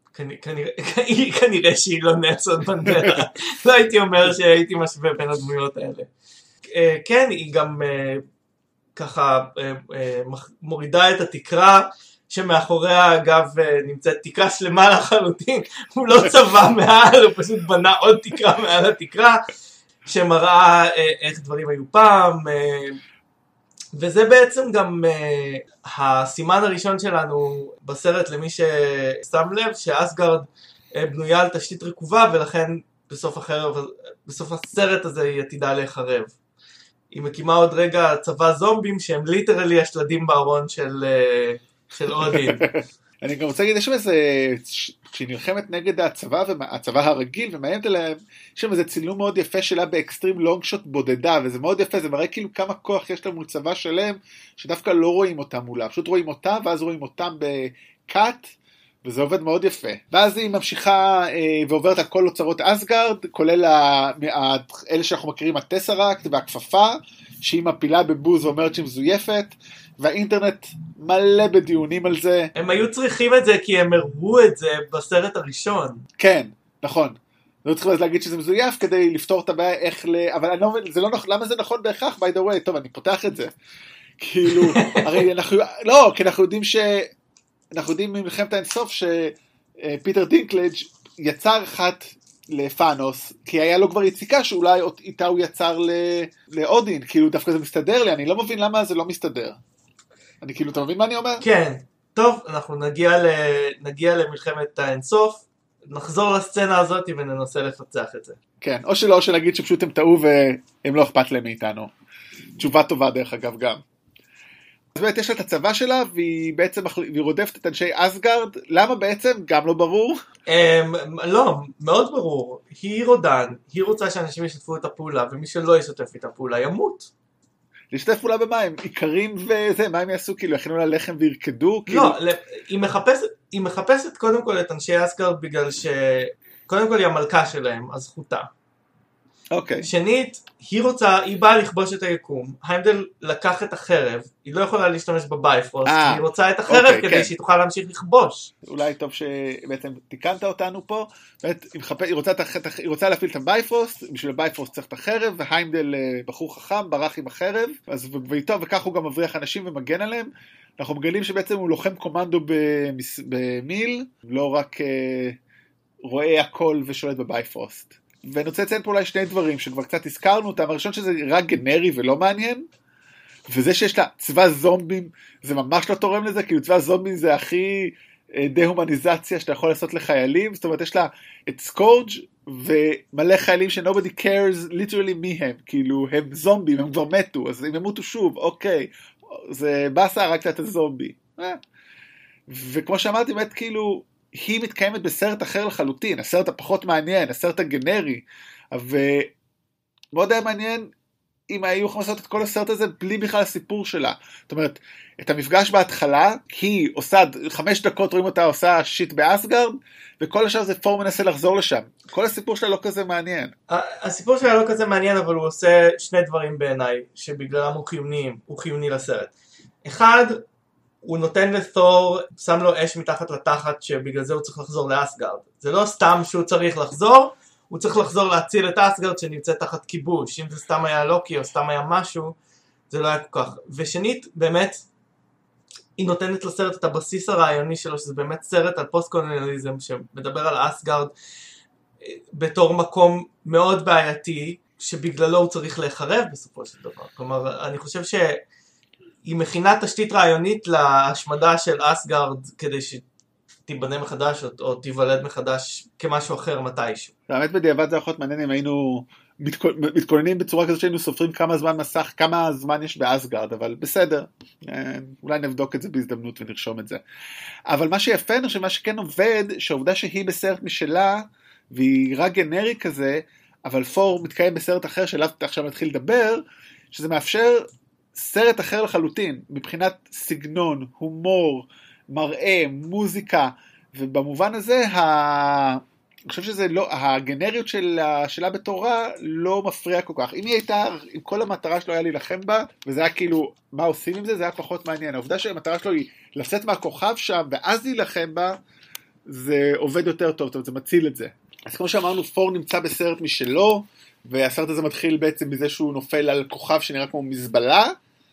כנראה שהיא לא נלסון מנדלה, לא הייתי אומר שהייתי משווה בין הדמויות האלה. כן, היא גם ככה מורידה את התקרה, שמאחוריה אגב נמצאת תקרה שלמה לחלוטין, הוא לא צבע מעל, הוא פשוט בנה עוד תקרה מעל התקרה, שמראה איך דברים היו פעם, וזה בעצם גם הסימן הראשון שלנו בסרט למי ששם לב, שאסגרד בנויה על תשתית רקובה, ולכן בסוף הסרט הזה היא עתידה להיחרב. היא מקימה עוד רגע צבא זומבים שהם ליטרלי השלדים בארון של אודין. אני גם רוצה להגיד, יש שם איזה, כשהיא נלחמת נגד הצבא הרגיל ומאיימת עליהם, יש שם איזה צילום מאוד יפה שלה באקסטרים לונג שוט בודדה, וזה מאוד יפה, זה מראה כאילו כמה כוח יש לה מול צבא שלם, שדווקא לא רואים אותם מולה, פשוט רואים אותם, ואז רואים אותם בקאט, וזה עובד מאוד יפה. ואז היא ממשיכה ועוברת על כל אוצרות אסגרד, כולל אלה שאנחנו מכירים, הטסראקט והכפפה, שהיא מפילה בבוז ואומרת שהיא מזויפת, והאינטרנט מלא בדיונים על זה. הם היו צריכים את זה כי הם הראו את זה בסרט הראשון. כן, נכון. לא צריכים להגיד שזה מזויף כדי לפתור את הבעיה איך אבל אני לא מבין, למה זה נכון בהכרח? by the way, טוב, אני פותח את זה. כאילו, הרי כי אנחנו יודעים ממלחמת האינסוף שפיטר דינקלג' יצר אחת לפאנוס, כי היה לו כבר יציקה שאולי איתה הוא יצר לאודין, כאילו דווקא זה מסתדר לי, אני לא מבין למה זה לא מסתדר. אני כאילו, אתה מבין מה אני אומר? כן, טוב, אנחנו נגיע למלחמת האינסוף, נחזור לסצנה הזאת וננסה לפצח את זה. כן, או שלא, או שלהגיד שפשוט הם טעו והם לא אכפת להם מאיתנו. תשובה טובה דרך אגב גם. אז באמת יש לה את הצבא שלה, והיא בעצם והיא רודפת את אנשי אסגרד, למה בעצם? גם לא ברור. לא, מאוד ברור. היא רודן, היא רוצה שאנשים ישתפו את הפעולה, ומי שלא ישתף את הפעולה ימות. להשתף פעולה במה? הם עיקרים וזה, מה הם יעשו? כאילו, יכינו לה לחם וירקדו? לא, היא מחפשת קודם כל את אנשי אסגרד, בגלל שקודם כל היא המלכה שלהם, אז זכותה. אוקיי. שנית, היא באה לכבוש את היקום, היימדל לקח את החרב, היא לא יכולה להשתמש בבייפרוסט, היא רוצה את החרב כדי שהיא תוכל להמשיך לכבוש. אולי טוב שבעצם תיקנת אותנו פה, היא רוצה להפעיל את הבייפרוסט, בשביל הבייפרוסט צריך את החרב, והיימדל בחור חכם, ברח עם החרב, וכך הוא גם מבריח אנשים ומגן עליהם. אנחנו מגלים שבעצם הוא לוחם קומנדו במיל, לא רק רואה הכל ושולט בבייפרוסט. ואני רוצה לציין פה אולי שני דברים שכבר קצת הזכרנו אותם. הראשון שזה רק גנרי ולא מעניין, וזה שיש לה צבא זומבים זה ממש לא תורם לזה, כאילו צבא זומבים זה הכי דה-הומניזציה שאתה יכול לעשות לחיילים. זאת אומרת יש לה את סקורג' ומלא חיילים ש-nobody cares literally מי הם, כאילו הם זומבים, הם כבר מתו, אז הם ימותו שוב, אוקיי, זה בסה רק את הזומבי. וכמו שאמרתי, באמת כאילו היא מתקיימת בסרט אחר לחלוטין, הסרט הפחות מעניין, הסרט הגנרי, ומאוד היה מעניין אם היו יכולים לעשות את כל הסרט הזה בלי בכלל הסיפור שלה. זאת אומרת, את המפגש בהתחלה, היא עושה 5 דקות, רואים אותה עושה שיט באסגרד, וכל השאר זה פור מנסה לחזור לשם. כל הסיפור שלה לא כזה מעניין. הסיפור שלה לא כזה מעניין, אבל הוא עושה שני דברים בעיניי, שבגללם הוא חיוני לסרט. אחד, הוא נותן לתור, שם לו אש מתחת לתחת, שבגלל זה הוא צריך לחזור לאסגרד. זה לא סתם שהוא צריך לחזור, הוא צריך לחזור להציל את אסגרד שנמצא תחת כיבוש. אם זה סתם היה לוקי או סתם היה משהו, זה לא היה כל כך. ושנית, באמת, היא נותנת לסרט את הבסיס הרעיוני שלו, שזה באמת סרט על פוסט-קולוניאליזם, שמדבר על אסגרד בתור מקום מאוד בעייתי, שבגללו הוא צריך להיחרב בסופו של דבר. כלומר, אני חושב היא מכינה תשתית רעיונית להשמדה של אסגרד כדי שתיבנה מחדש או תיוולד מחדש כמשהו אחר מתישהו. באמת בדיעבד זה יכול להיות מעניין אם היינו מתכוננים בצורה כזו שהיינו סופרים כמה זמן יש באסגרד, אבל בסדר, אולי נבדוק את זה בהזדמנות ונרשום את זה. אבל מה שיפה, אני חושב מה שכן עובד, שהעובדה שהיא בסרט משלה והיא רק גנרי כזה, אבל פור מתקיים בסרט אחר שאליו עכשיו נתחיל לדבר, שזה מאפשר סרט אחר לחלוטין, מבחינת סגנון, הומור, מראה, מוזיקה, ובמובן הזה, אני חושב שזה לא, הגנריות שלה בתורה לא מפריע כל כך. אם היא הייתה, אם כל המטרה שלו היה להילחם בה, וזה היה כאילו, מה עושים עם זה, זה היה פחות מעניין. העובדה שהמטרה שלו היא לצאת מהכוכב שם, ואז להילחם בה, זה עובד יותר טוב, זה מציל את זה. אז כמו שאמרנו, פור נמצא בסרט משלו, והסרט הזה מתחיל בעצם מזה שהוא נופל על כוכב שנראה כמו מזבלה,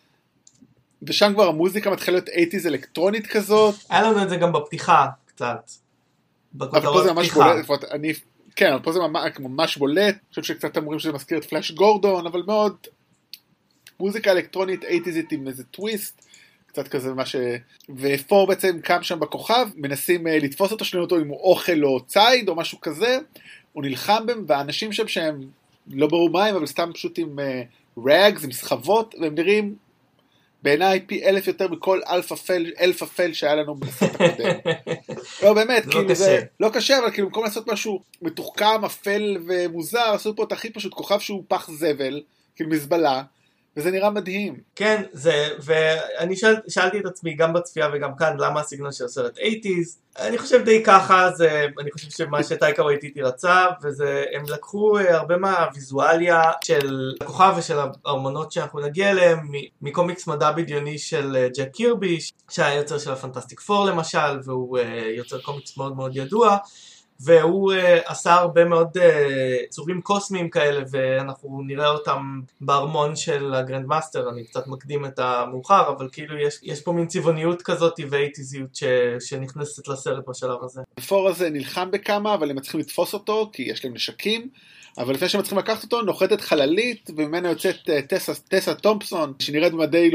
ושם כבר המוזיקה מתחילה להיות 80s אלקטרונית כזאת. היה לנו את זה גם בפתיחה קצת. אבל פה זה ממש בולט. כן, אבל פה זה ממש בולט. אני חושב שקצת אמורים שזה מזכיר את פלאש גורדון, אבל מאוד מוזיקה אלקטרונית 80s עם איזה טוויסט. קצת כזה מה ופור בעצם קם שם בכוכב, מנסים לתפוס אותו, שלנו אותו אם הוא אוכל או ציד או משהו כזה. הוא נלחם בהם, והאנשים שם שהם לא ברור מה הם, אבל סתם פשוט עם רגס, עם סחבות, והם נראים בעיניי פי 1000 יותר מכל אלף אפל שהיה לנו בסרט הקודם. לא באמת, כאילו זה לא קשה, אבל כאילו במקום לעשות משהו מתוחכם, אפל ומוזר, עשו פה את הכי פשוט כוכב שהוא פח זבל, כאילו מזבלה, וזה נראה מדהים. כן, ואני שאלתי את עצמי גם בצפייה וגם כאן, למה הסגנון של הסרט 80s? אני חושב די ככה, אני חושב שמה שטייקה וייטיטי רצה, הם לקחו הרבה מהוויזואליה של הכוכב ושל האמנות שאנחנו נגיע אליהם, מקומיקס מדע בדיוני של ג'ק קירבי, שהיה יוצר של הפנטסטיק פור למשל, והוא יוצר קומיקס מאוד מאוד ידוע, והוא עשה הרבה מאוד צורים קוסמיים כאלה, ואנחנו נראה אותם בארמון של הגרנד מאסטר. אני קצת מקדים את המאוחר, אבל כאילו יש פה מין צבעוניות כזאת ואיטיזיות שנכנסת לסרט בשלב הזה. הפור הזה נלחם בכמה, אבל הם צריכים לתפוס אותו, כי יש להם נשקים, אבל לפני שהם צריכים לקחת אותו, נוחתת חללית, וממנה יוצאת טסה תומפסון, שנראית במדי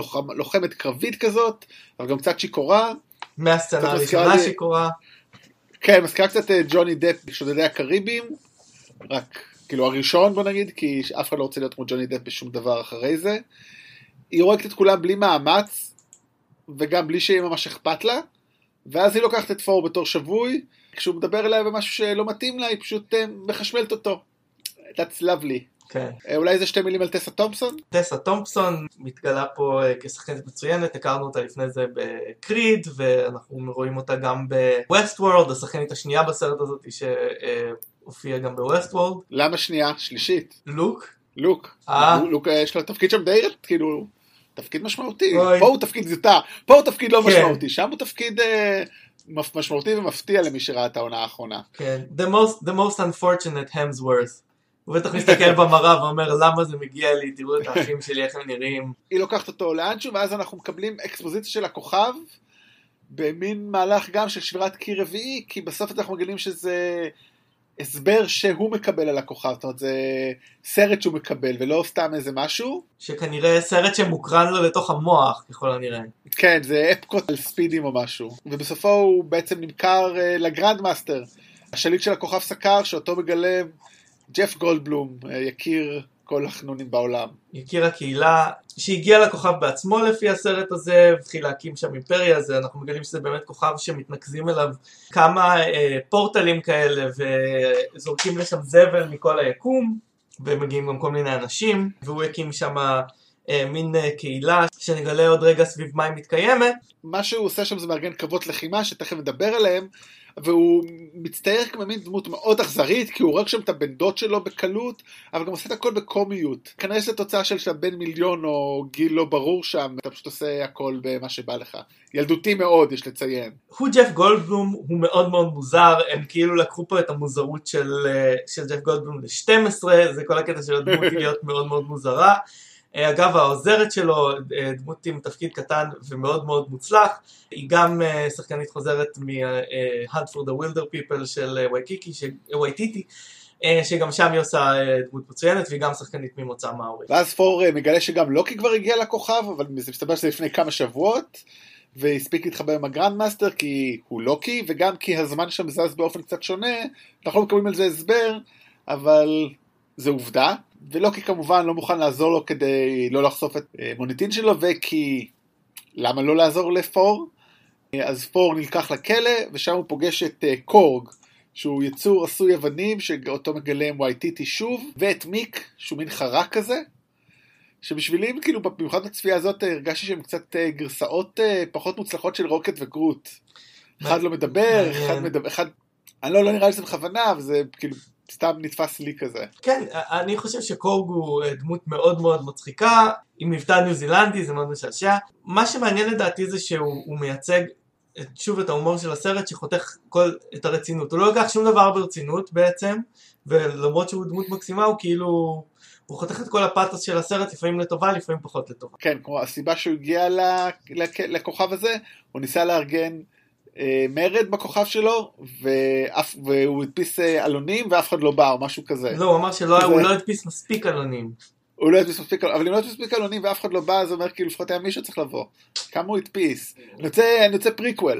לוחמת קרבית כזאת, אבל גם קצת שיקורה. מהסצנה הראשונה שיקורה. כן, מזכירה קצת ג'וני דפ בשודדי הקריבים, רק כאילו הראשון בוא נגיד, כי אף אחד לא רוצה להיות כמו ג'וני דפ בשום דבר אחרי זה. היא הורגת את כולם בלי מאמץ, וגם בלי שיהיה ממש אכפת לה, ואז היא לוקחת את פור בתור שבוי, כשהוא מדבר אליה במשהו שלא מתאים לה, היא פשוט מחשמלת אותו. That's lovely. כן. אולי זה 2 מילים על טסה תומפסון? טסה תומפסון מתגלה פה כשחקנית מצוינת, הכרנו אותה לפני זה בקריד, ואנחנו רואים אותה גם בווסט וורלד, השחקנית השנייה בסרט הזאת שהופיעה גם בווסט וורלד. למה שנייה? שלישית. לוק? לוק יש לו תפקיד שם די, כאילו, תפקיד משמעותי. אוי. פה הוא תפקיד זוטה, פה הוא תפקיד לא כן. משמעותי, שם הוא תפקיד משמעותי ומפתיע למי שראה את העונה האחרונה. כן. The most unfortunate Hemsworth. הוא בטח מסתכל במראה ואומר למה זה מגיע לי, תראו את האחים שלי איך הם נראים. היא לוקחת אותו לאנשהו, ואז אנחנו מקבלים אקספוזיציה של הכוכב, במין מהלך גם של שבירת קיר רביעי, כי בסוף אנחנו מגלים שזה הסבר שהוא מקבל על הכוכב, זאת אומרת זה סרט שהוא מקבל, ולא סתם איזה משהו. שכנראה סרט שמוקרן לו לתוך המוח, ככל הנראה. כן, זה אפקוט על ספידים או משהו, ובסופו הוא בעצם נמכר לגרנד מאסטר, השליט של הכוכב סקר, שאותו מגלם ג'ף גולדבלום, יכיר כל החנונים בעולם. יכיר הקהילה, שהגיע לכוכב בעצמו לפי הסרט הזה, והתחיל להקים שם אימפריה, אז אנחנו מגלים שזה באמת כוכב שמתנקזים אליו כמה פורטלים כאלה, וזורקים לשם זבל מכל היקום, ומגיעים גם כל מיני אנשים, והוא הקים שם מין קהילה, שנגלה עוד רגע סביב מה היא מתקיימת. מה שהוא עושה שם זה מארגן קרבות לחימה, שתכף נדבר עליהם, והוא מצטייר כמין דמות מאוד אכזרית, כי הוא רואה שם את הבן דוד שלו בקלות, אבל גם עושה את הכל בקומיות. כנראה שזה תוצאה של בן מיליון או גיל לא ברור שם, אתה פשוט עושה הכל במה שבא לך. ילדותי מאוד, יש לציין. הוא ג'ף גולדבלום, הוא מאוד מאוד מוזר, הם כאילו לקחו פה את המוזרות של ג'ף גולדבלום ל-12, זה כל הקטע של הדמות להיות מאוד מאוד מוזרה. אגב, העוזרת שלו, דמות עם תפקיד קטן ומאוד מאוד מוצלח, היא גם שחקנית חוזרת מ-Hunt for the Wilder People של וייטיטי, שגם שם היא עושה דמות מצוינת, והיא גם שחקנית ממוצא מאורי. ואז פור מגלה שגם לוקי כבר הגיע לכוכב, אבל זה מסתבר שזה לפני כמה שבועות, והספיק להתחבר עם הגרנד מאסטר, כי הוא לוקי, וגם כי הזמן שם זז באופן קצת שונה, אנחנו לא מקבלים על זה הסבר, אבל זה עובדה. ולוקי כמובן לא מוכן לעזור לו כדי לא לחשוף את מוניטין שלו, וכי למה לא לעזור לפור? אז פור נלקח לכלא, ושם הוא פוגש את קורג, שהוא יצור עשוי אבנים, שאותו מגלם וייטיטי שוב, ואת מיק, שהוא מין חרק כזה, שבשבילי, כאילו, במיוחד בצפייה הזאת, הרגשתי שהם קצת גרסאות פחות מוצלחות של רוקט וגרוט. אחד לא מדבר, אחד אני לא נראה לי זה בכוונה, וזה כאילו סתם נתפס לי כזה. כן, אני חושב שקורג הוא דמות מאוד מאוד מצחיקה, עם מבטא ניו זילנדי, זה מאוד משעשע. מה שמעניין לדעתי זה שהוא מייצג שוב את ההומור של הסרט שחותך את הרצינות. הוא לא לוקח שום דבר ברצינות בעצם, ולמרות שהוא דמות מקסימה, הוא כאילו, הוא חותך את כל הפאתוס של הסרט, לפעמים לטובה, לפעמים פחות לטובה. כן, כמו הסיבה שהוא הגיע לכוכב הזה, הוא ניסה לארגן מרד בכוכב שלו, והוא הדפיס אלונים ואף אחד לא בא או משהו כזה. לא, הוא אמר שהוא לא הדפיס מספיק אלונים. הוא לא הדפיס מספיק, אבל אם לא הדפיס מספיק אלונים ואף אחד לא בא, זה אומר כאילו לפחות היה מישהו צריך לבוא. כמה הוא הדפיס? אני רוצה פריקוול.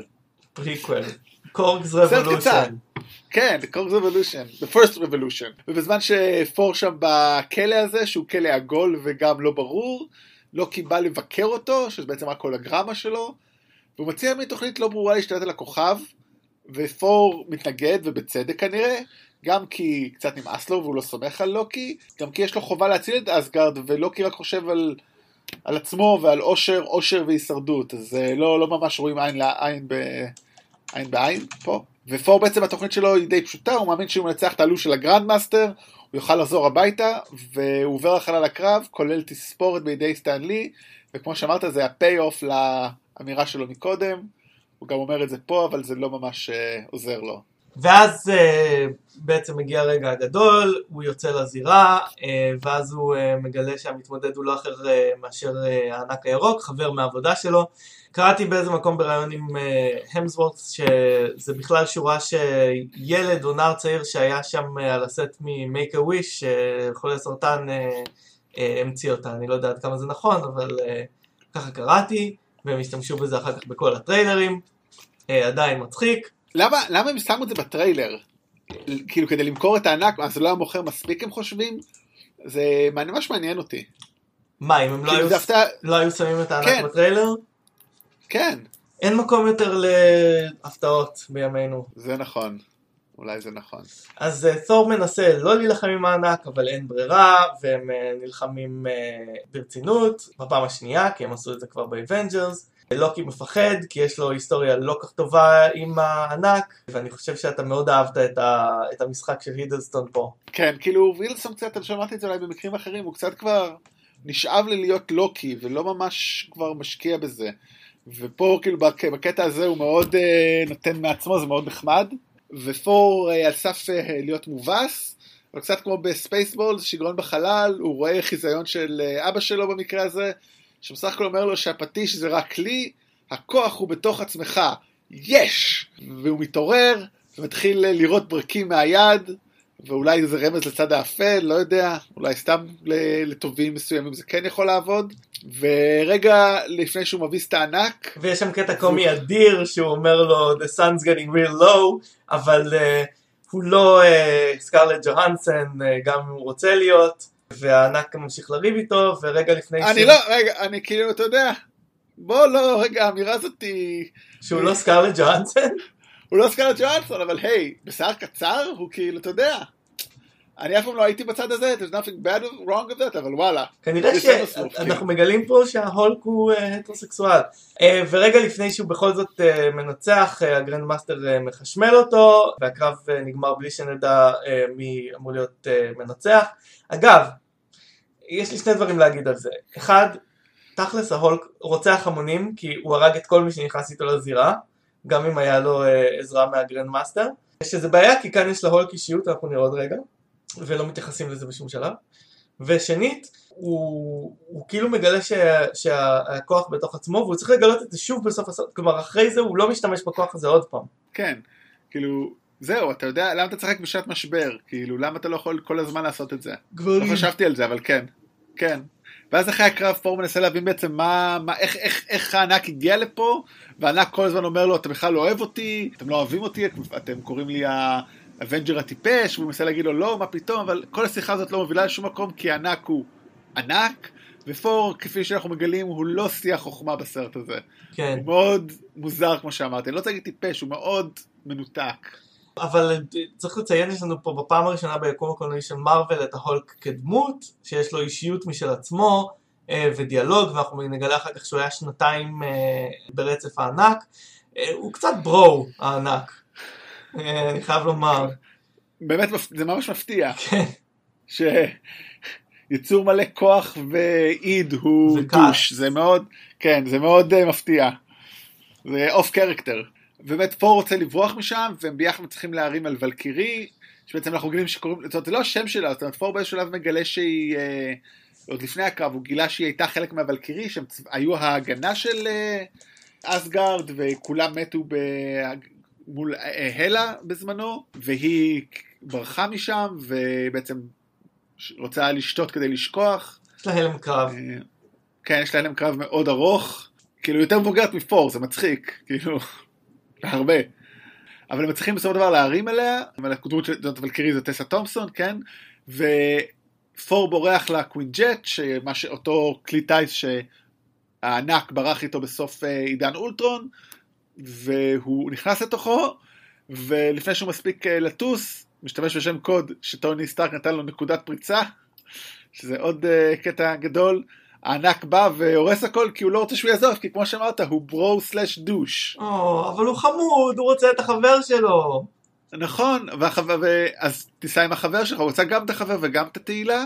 קורג's Revolution. כן, קורג's Revolution, the first revolution. ובזמן שפור שם בכלא הזה, שהוא כלא עגול וגם לא ברור, לא קיבל לבקר אותו, שזה בעצם רק הולוגרמה שלו, והוא מציע מתוכנית לא ברורה להשתלט על הכוכב, ופור מתנגד, ובצדק כנראה, גם כי קצת נמאס לו והוא לא סומך על לוקי, גם כי יש לו חובה להציל את אסגרד, ולוקי רק חושב על עצמו ועל אושר והישרדות, אז לא ממש רואים עין בעין פה. ופור בעצם התוכנית שלו היא די פשוטה, הוא מאמין שהוא מנצח את העלו של הגרנד מאסטר, הוא יוכל לחזור הביתה, והוא עובר לחלל הקרב, כולל תספורת בידי סטן לי, וכמו שאמרת זה הפי-אוף לאמירה שלו מקודם, הוא גם אומר את זה פה, אבל זה לא ממש עוזר לו. ואז בעצם מגיע הרגע הגדול, הוא יוצא לזירה, ואז הוא מגלה שהמתמודד הוא לא אחר מאשר הענק הירוק, חבר מהעבודה שלו. קראתי באיזה מקום ברעיון עם המסוורת' שזה בכלל שורה שילד או נער צעיר שהיה שם על הסט מ-Make a Wish, חולה סרטן המציא אותה, אני לא יודע עד כמה זה נכון, אבל ככה קראתי, והם השתמשו בזה אחר כך בכל הטריילרים, עדיין מצחיק. למה הם שמו את זה בטריילר? כאילו כדי למכור את הענק, אז זה לא היה מוכר מספיק הם חושבים? זה ממש מעניין אותי. מה, אם הם לא היו שמים את הענק בטריילר? כן. אין מקום יותר להפתעות בימינו. זה נכון. אולי זה נכון. אז תור מנסה לא להילחם עם הענק, אבל אין ברירה, והם נלחמים ברצינות, בפעם השנייה, כי הם עשו את זה כבר באבנג'רס. לוקי מפחד, כי יש לו היסטוריה לא כך טובה עם הענק, ואני חושב שאתה מאוד אהבת את המשחק של הידלסטון פה. כן, כאילו וילסון קצת, אני שמעתי את זה אולי במקרים אחרים, הוא קצת כבר נשאב לי להיות לוקי, ולא ממש כבר משקיע בזה. ופה כאילו בקטע הזה הוא מאוד נותן מעצמו, זה מאוד נחמד. ופור על סף להיות מובס, אבל קצת כמו בספייסבול, שיגרון בחלל, הוא רואה חיזיון של אבא שלו במקרה הזה, שבסך הכל אומר לו שהפטיש זה רק כלי, הכוח הוא בתוך עצמך, יש! והוא מתעורר, ומתחיל לראות ברקים מהיד, ואולי זה רמז לצד האפל, לא יודע, אולי סתם לטובים מסוימים זה כן יכול לעבוד, ורגע לפני שהוא מביס את הענק, ויש שם קטע קומי אדיר שהוא אומר לו the sun's getting real low, אבל הוא לא סקרלט ג'והנסון גם אם הוא רוצה להיות, והענק ממשיך לריב איתו, ורגע לפני אני כאילו, אתה יודע, רגע, האמירה הזאת היא שהוא לא סקרלט ג'והנסון? הוא לא סקרלט ג'והנסון, אבל היי, בשיער קצר הוא כאילו, אתה יודע, אני אף פעם לא הייתי בצד הזה, there's nothing bad or wrong with that, אבל וואלה. כנראה שאנחנו מגלים פה שההולק הוא הטרוסקסואל. ורגע לפני שהוא בכל זאת מנצח, הגרנד מאסטר מחשמל אותו, והקרב נגמר בלי שנדע מי אמור להיות מנצח. אגב, יש לי שני דברים להגיד על זה. אחד, תכלס ההולק רוצח המונים, כי הוא הרג את כל מי שנכנס איתו לזירה, גם אם היה לו עזרה מהגרנד מאסטר. שזה בעיה, כי כאן יש להולק אישיות, אנחנו נראה עוד רגע. ולא מתייחסים לזה בשום שלב. ושנית, הוא כאילו מגלה שהכוח בתוך עצמו, והוא צריך לגלות את זה שוב בסוף הסוף, כלומר אחרי זה הוא לא משתמש בכוח הזה עוד פעם. כן, כאילו, זהו, אתה יודע, למה אתה צחק בשעת משבר? כאילו, למה אתה לא יכול כל הזמן לעשות את זה? לא חשבתי על זה, אבל כן, כן. ואז אחרי הקרב פור מנסה להבין בעצם איך הענק הגיע לפה, והענק כל הזמן אומר לו, אתה בכלל לא אוהב אותי, אתם לא אוהבים אותי, אתם קוראים לי אבנג'ר הטיפש, והוא מנסה להגיד לו לא, מה פתאום, אבל כל השיחה הזאת לא מובילה לשום מקום, כי הענק הוא ענק, ופור, כפי שאנחנו מגלים, הוא לא שיח חוכמה בסרט הזה. כן. הוא מאוד מוזר, כמו שאמרתי. אני לא רוצה להגיד טיפש, הוא מאוד מנותק. אבל צריך לציין, יש לנו פה בפעם הראשונה ביקום הקולנועי של מארוול את ההולק כדמות, שיש לו אישיות משל עצמו, ודיאלוג, ואנחנו נגלה אחר כך שהוא היה שנתיים ברצף הענק. הוא קצת ברו, הענק. אני חייב לומר. באמת, זה ממש מפתיע. שיצור מלא כוח ואיד הוא דוש. זה מאוד, כן, זה מאוד מפתיע. זה אוף קרקטר. ובאמת פור רוצה לברוח משם, והם ביחד צריכים להרים על ולקירי, שבעצם אנחנו מגלים שקוראים, זאת אומרת, זה לא השם שלה, זאת אומרת, פור באיזשהו שלב מגלה שהיא, עוד לפני הקרב, הוא גילה שהיא הייתה חלק מהוולקירי, שהם היו ההגנה של אסגרד, וכולם מתו מול הלה בזמנו, והיא ברחה משם, ובעצם רוצה לשתות כדי לשכוח. יש לה הלם קרב. כן, יש לה הלם קרב מאוד ארוך, כאילו יותר מבוגרת מפור, זה מצחיק, כאילו, הרבה. אבל הם מצליחים בסופו דבר להרים אליה, אבל הקודמות של ולקירי זה טסה תומפסון, כן? ופור בורח לקווין ג'ט, אותו כלי טייס שהענק ברח איתו בסוף עידן אולטרון, והוא נכנס לתוכו, ולפני שהוא מספיק לטוס, משתמש בשם קוד שטוני סטארק נתן לו נקודת פריצה, שזה עוד קטע גדול. הענק בא והורס הכל כי הוא לא רוצה שהוא יעזוב, כי כמו שאמרת, הוא ברו סלש דוש. אבל הוא חמוד, הוא רוצה את החבר שלו. נכון, אז תיסע עם החבר שלך, הוא רוצה גם את החבר וגם את התהילה,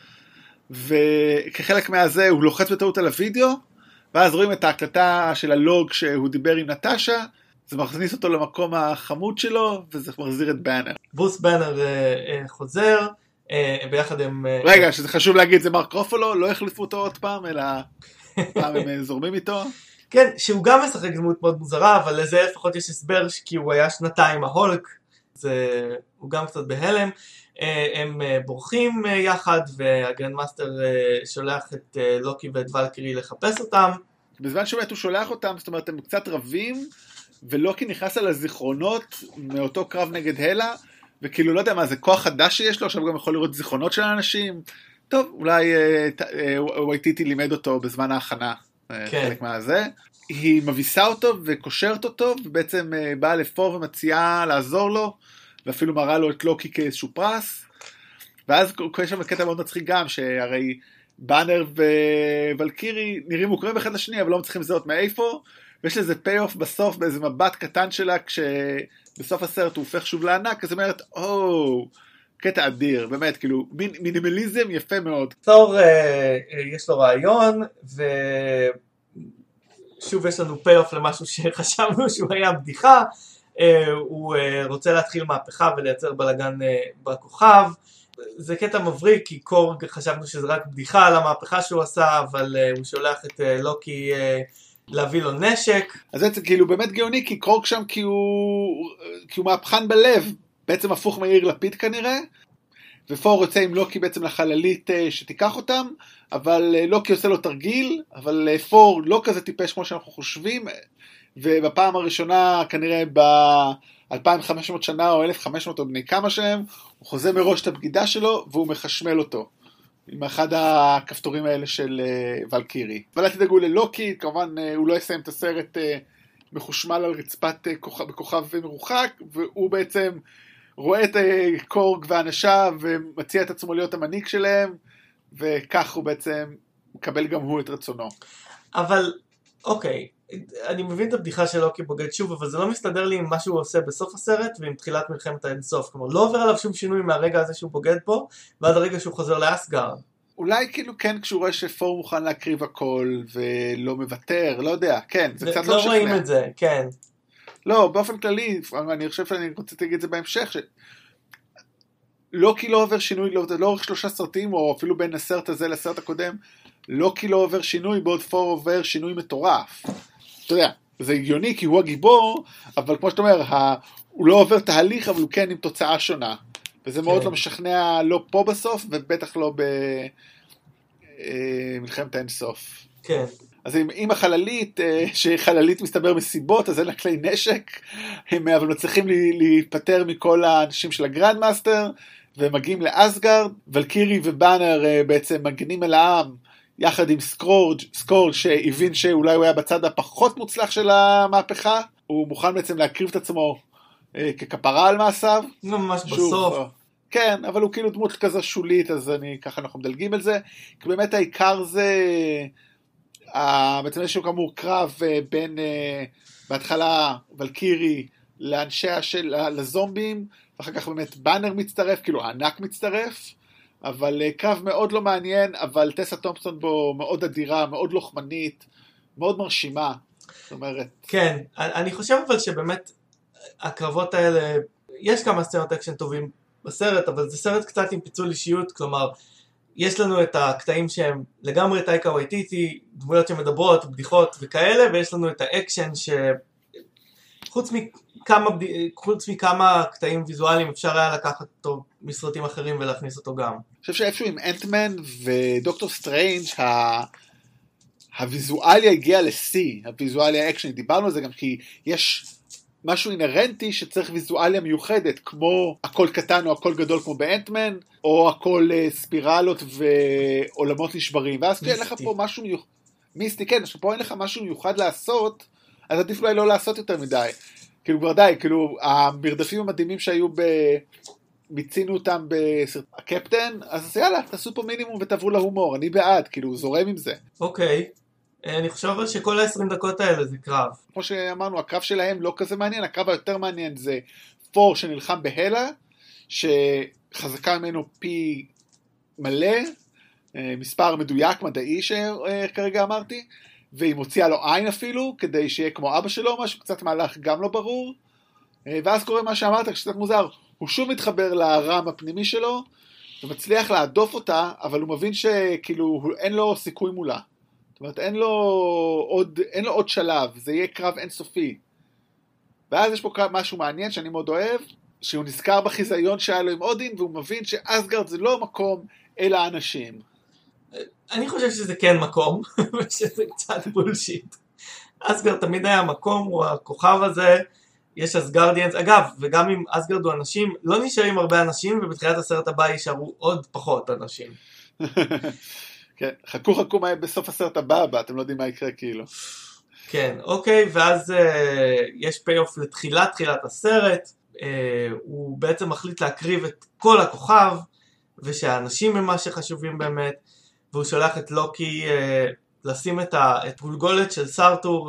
וכחלק מהזה הוא לוחץ בטעות על הוידאו, ואז רואים את ההקלטה של הלוג שהוא דיבר עם נטשה, זה מכניס אותו למקום החמוד שלו, וזה מחזיר את באנר. ברוס באנר חוזר, ביחד עם... רגע, שזה חשוב להגיד, זה מרק רופלו, לא החליפו אותו עוד פעם, אלא פעם הם זורמים איתו. כן, שהוא גם משחק דמות מאוד מוזרה, אבל לזה לפחות יש הסבר, כי הוא היה שנתיים ההולק, הוא גם קצת בהלם. הם בורחים יחד, והגרנד מאסטר שולח את לוקי ואת ולקירי לחפש אותם. בזמן שבאמת הוא שולח אותם, זאת אומרת, הם קצת רבים, ולוקי נכנס על הזיכרונות מאותו קרב נגד הלה, וכאילו לא יודע מה, זה כוח חדש שיש לו, עכשיו גם יכול לראות זיכרונות של האנשים, טוב, אולי וייטיטי לימד אותו בזמן ההכנה, חלק מהזה. היא מביסה אותו וקושרת אותו, ובעצם באה לפור ומציעה לעזור לו, ואפילו מראה לו את לוקי כאיזשהו פרס, ואז יש שם קטע מאוד מצחיק גם, שהרי באנר ווולקירי נראים מוכרים אחד לשני, אבל לא מצליחים לזהות מאיפה, ויש לזה פי-אוף בסוף, באיזה מבט קטן שלה, כשבסוף הסרט הוא הופך שוב לענק, אז היא אומרת, קטע אדיר, באמת, כאילו, מינימליזם יפה מאוד. תור, יש לו רעיון, ושוב יש לנו פי-אוף למשהו שחשבנו שהוא היה בדיחה, הוא רוצה להתחיל מהפכה ולייצר בלגן בכוכב, זה קטע מבריק, כי קורג חשבנו שזה רק בדיחה על המהפכה שהוא עשה, אבל הוא שולח את לוקי להביא לו נשק. אז זה כאילו באמת גאוני, כי קורג שם כי הוא מהפכן בלב, בעצם הפוך מאיר לפיד כנראה, ופור יוצא עם לוקי בעצם לחללית שתיקח אותם, אבל לוקי עושה לו תרגיל, אבל פור לא כזה טיפש כמו שאנחנו חושבים, ובפעם הראשונה כנראה ב-2500 שנה או 1500 או בני כמה שהם, הוא חוזה מראש את הבגידה שלו והוא מחשמל אותו עם אחד הכפתורים האלה של ולקירי. אבל אל תדאגו ללוקי, כמובן הוא לא יסיים את הסרט מחושמל על רצפת בכוכב מרוחק, והוא בעצם רואה את קורג ואנשיו ומציע את עצמו להיות המנהיג שלהם, וכך הוא בעצם מקבל גם הוא את רצונו. אבל אוקיי, אני מבין את הבדיחה של לוקי בוגד שוב, אבל זה לא מסתדר לי עם מה שהוא עושה בסוף הסרט ועם תחילת מלחמת האינסוף. כלומר, לא עובר עליו שום שינוי מהרגע הזה שהוא בוגד פה, ועד הרגע שהוא חוזר לאסגרד. אולי כאילו כן, כשהוא רואה שפור מוכן להקריב הכל ולא מוותר, לא יודע, כן, זה קצת לא משכנע. לא רואים את זה, כן. לא, באופן כללי, אני חושב שאני רוצה להגיד את זה בהמשך, לוקי לא עובר שינוי, לאורך 3 סרטים, או אפילו בין הסרט הזה לסרט הקודם, לוקי לא עובר שינוי, בעוד פור עובר שינוי מטורף. אתה יודע, זה הגיוני כי הוא הגיבור, אבל כמו שאתה אומר, הוא לא עובר תהליך, אבל הוא כן עם תוצאה שונה. וזה מאוד לא משכנע, לא פה בסוף, ובטח לא במלחמת האינסוף. כן. אז עם החללית, שחללית מסתבר מסיבות, אז אין לה כלי נשק, אבל מצליחים להיפטר מכל האנשים של הגרנד מאסטר, ומגיעים לאסגרד, ולקירי ובאנר בעצם מגנים אל העם, יחד עם סקורג' שהבין שאולי הוא היה בצד הפחות מוצלח של המהפכה, הוא מוכן בעצם להקריב את עצמו ככפרה על מעשיו. ממש בסוף. כן, אבל הוא כאילו דמות כזה שולית, אז ככה אנחנו מדלגים על זה, כי באמת העיקר זה, בעצם יש כאמור קרב בין, בהתחלה ולקירי לאנשיה לזומבים, ואחר כך באמת באנר מצטרף, כאילו הענק מצטרף, אבל קרב מאוד לא מעניין, אבל טסה תומפסון בו מאוד אדירה, מאוד לוחמנית, מאוד מרשימה. זאת אומרת... כן, אני חושב אבל שבאמת הקרבות האלה, יש כמה סצנות אקשן טובים בסרט, אבל זה סרט קצת עם פיצול אישיות, כלומר, יש לנו את הקטעים שהם לגמרי טייקה וייטיטי, דמויות שמדברות, בדיחות וכאלה, ויש לנו את האקשן חוץ מכמה קטעים ויזואליים אפשר היה לקחת אותו מסרטים אחרים ולהכניס אותו גם. אני חושב שאיפשהו עם אנטמן ודוקטור סטרנג' הוויזואליה הגיעה לשיא, הוויזואליה האקשן, דיברנו על זה גם כי יש משהו אינרנטי שצריך ויזואליה מיוחדת, כמו הכל קטן או הכל גדול כמו באנטמן, או הכל ספירלות ועולמות נשברים, ואז אין לך פה משהו מיסטי, כן, פה אין לך משהו מיוחד לעשות, אז עדיף אולי לא לעשות יותר מדי. כאילו כבר די, כאילו המרדפים המדהימים שהיו מיצינו אותם בסרט הקפטן, אז יאללה, תעשו פה מינימום ותעברו להומור, אני בעד, כאילו זורם עם זה. אוקיי, אני חושב שכל ה-20 דקות האלה זה קרב. כמו שאמרנו, הקרב שלהם לא כזה מעניין, הקרב היותר מעניין זה פור שנלחם בהלה, שחזקה ממנו פי מלא, מספר מדויק מדעי שכרגע אמרתי, והיא מוציאה לו עין אפילו, כדי שיהיה כמו אבא שלו, משהו קצת מהלך גם לא ברור, ואז קורה מה שאמרת, כשקצת מוזר, הוא שוב מתחבר לרם הפנימי שלו, ומצליח להדוף אותה, אבל הוא מבין שכאילו אין לו סיכוי מולה. זאת אומרת, אין לו עוד שלב, זה יהיה קרב אינסופי. ואז יש פה משהו מעניין שאני מאוד אוהב, שהוא נזכר בחיזיון שהיה לו עם אודין, והוא מבין שאסגרד זה לא מקום, אלא האנשים. אני חושב שזה כן מקום, ושזה קצת בולשיט. אסגרד תמיד היה מקום, הוא הכוכב הזה, יש אסגרדיאנס, אגב, וגם אם אסגרד הוא אנשים, לא נשארים הרבה אנשים, ובתחילת הסרט הבא יישארו עוד פחות אנשים. כן, חכו מה בסוף הסרט הבא, אתם לא יודעים מה יקרה כאילו. כן, אוקיי, ואז יש פי-אוף לתחילת הסרט, הוא בעצם מחליט להקריב את כל הכוכב, ושהאנשים הם מה שחשובים באמת, והוא שולח את לוקי לשים את גולגולת של סרטור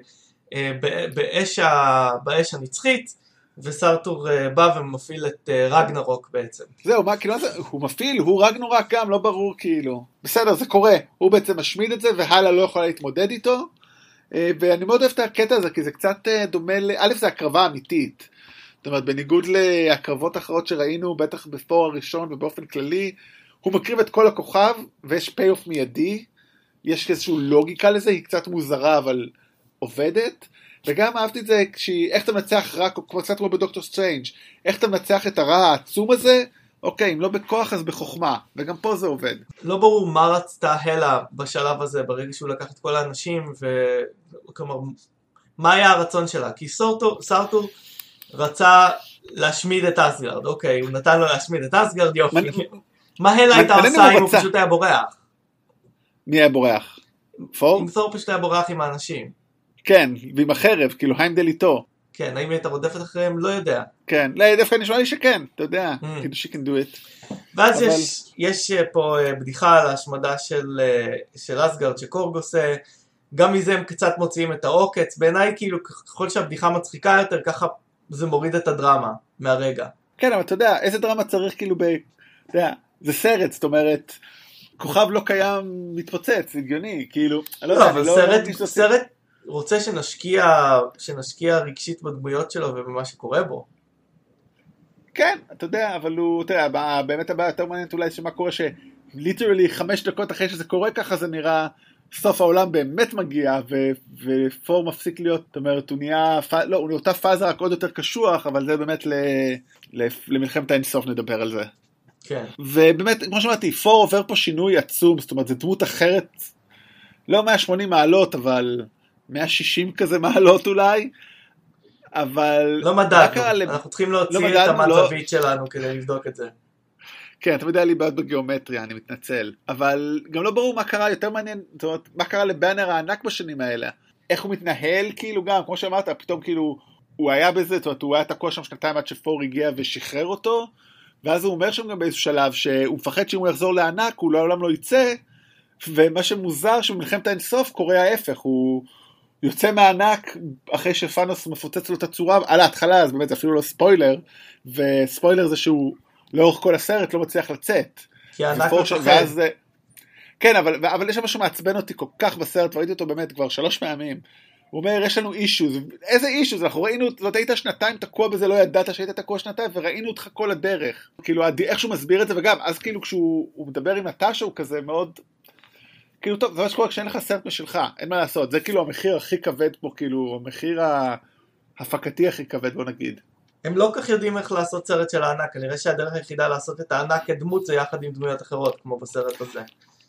באש הנצחית, וסרטור בא ומפעיל את רגנרוק בעצם. זהו, מה, כאילו, הוא מפעיל, הוא רגנרוק גם, לא ברור כאילו. בסדר, זה קורה, הוא בעצם משמיד את זה, והלאה לא יכולה להתמודד איתו, ואני מאוד אוהב את הקטע הזה, כי זה קצת דומה א', זה הקרבה אמיתית. זאת אומרת, בניגוד להקרבות אחרות שראינו, בטח בפור הראשון ובאופן כללי, הוא מקריב את כל הכוכב, ויש פי-אוף מיידי, יש איזושהי לוגיקה לזה, היא קצת מוזרה, אבל עובדת, וגם אהבתי את זה, איך אתה מנצח רע, קצת כמו בדוקטור סטרנג', איך אתה מנצח את הרע העצום הזה, אוקיי, אם לא בכוח אז בחוכמה, וגם פה זה עובד. לא ברור מה רצתה הלה בשלב הזה, ברגע שהוא לקח את כל האנשים, וכלומר, מה היה הרצון שלה? כי סרטור רצה להשמיד את אסגרד, אוקיי, הוא נתן לו להשמיד את אסגרד, יופי. מה הלה הייתה עושה אם הוא פשוט היה בורח? מי היה בורח? פור? אם סור פשוט היה בורח עם האנשים. כן, ועם החרב, כאילו היימדל איתו. כן, האם הייתה רודפת אחריהם? לא יודע. כן, לא, דווקא נשמע לי שכן, אתה יודע, כאילו she can do it. ואז יש פה בדיחה על ההשמדה של אסגרד שקורג עושה, גם מזה הם קצת מוציאים את העוקץ, בעיניי כאילו ככל שהבדיחה מצחיקה יותר, ככה זה מוריד את הדרמה מהרגע. כן, אבל אתה יודע, איזה דרמה צריך כאילו אתה יודע, זה סרט, זאת אומרת, כוכב לא קיים מתפוצץ, הגיוני, כאילו, לא, אבל סרט רוצה שנשקיע רגשית בדמויות שלו ובמה שקורה בו. כן, אתה יודע, אבל הוא, אתה יודע, באמת הבעיה יותר מעניינת אולי שמה קורה שליטרלי 5 דקות אחרי שזה קורה ככה זה נראה סוף העולם באמת מגיע ופור מפסיק להיות, זאת אומרת, הוא נהיה, לא, הוא אותה פאזה רק עוד יותר קשוח, אבל זה באמת למלחמת האינסוף נדבר על זה. כן. ובאמת, כמו שאמרתי, פור עובר פה שינוי עצום, זאת אומרת, זה דמות אחרת, לא 180 מעלות, אבל 160 כזה מעלות אולי, אבל... לא מדדנו, אנחנו צריכים להוציא את המצבית שלנו כדי לבדוק את זה. כן, אתה יודע לי בעיות בגיאומטריה, אני מתנצל, אבל גם לא ברור מה קרה, יותר מעניין, זאת אומרת, מה קרה לבאנר הענק בשנים האלה, איך הוא מתנהל, כאילו גם, כמו שאמרת, פתאום כאילו, הוא היה בזה, זאת אומרת, הוא היה תקוע שם 2 עד שפור הגיע ושחרר אותו, ואז הוא אומר שם גם באיזשהו שלב, שהוא מפחד שאם הוא יחזור לענק, הוא לעולם לא יצא, ומה שמוזר, שבמלחמת האינסוף קורה ההפך, הוא יוצא מהענק, אחרי שפאנוס מפוצץ לו את הצורה, על ההתחלה, אז באמת זה אפילו לא ספוילר, וספוילר זה שהוא לאורך כל הסרט לא מצליח לצאת. כי הענק מפחד. כן, אבל יש שם משהו מעצבן אותי כל כך בסרט, וראיתי אותו באמת כבר 3 פעמים. הוא אומר, יש לנו אישוז. איזה אישוז? אנחנו ראינו, זאת היית 2 תקוע בזה, לא ידעת שהיית תקוע 2, וראינו אותך כל הדרך. כאילו, איך שהוא מסביר את זה, וגם, אז כאילו כשהוא מדבר עם נטשה, הוא כזה מאוד... כאילו, טוב, זה מה שקורה כשאין לך סרט משלך, אין מה לעשות. זה כאילו המחיר הכי כבד פה, כאילו, המחיר ההפקתי הכי כבד, בוא נגיד. הם לא כך יודעים איך לעשות סרט של הענק, כנראה שהדרך היחידה לעשות את הענק כדמות זה יחד עם דמויות אחרות, כמו בסרט הזה.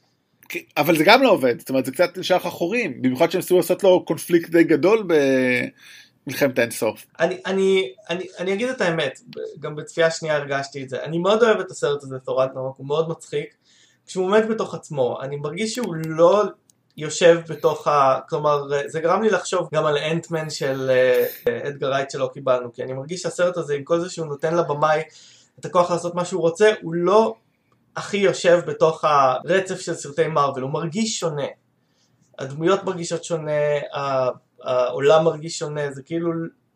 אבל זה גם לא עובד, זאת אומרת, זה קצת נשאר חורים, במיוחד שהם ניסו לעשות לו קונפליקט די גדול במלחמת האינסוף. אני אגיד את האמת, גם בצפייה שנייה הרגשתי את זה, אני מאוד אוהב את הסרט הזה, תור רגנרוק, הוא מאוד מצחיק, כשהוא עומד בתוך עצמו, אני מרגיש שהוא לא יושב בתוך כלומר, זה גרם לי לחשוב גם על אנטמן של אדגר רייט שלא קיבלנו, כי אני מרגיש שהסרט הזה, עם כל זה שהוא נותן לבמאי את הכוח לעשות מה שהוא רוצה, הוא לא הכי יושב בתוך הרצף של סרטי מרוול, הוא מרגיש שונה. הדמויות מרגישות שונה, העולם מרגיש שונה, זה כאילו...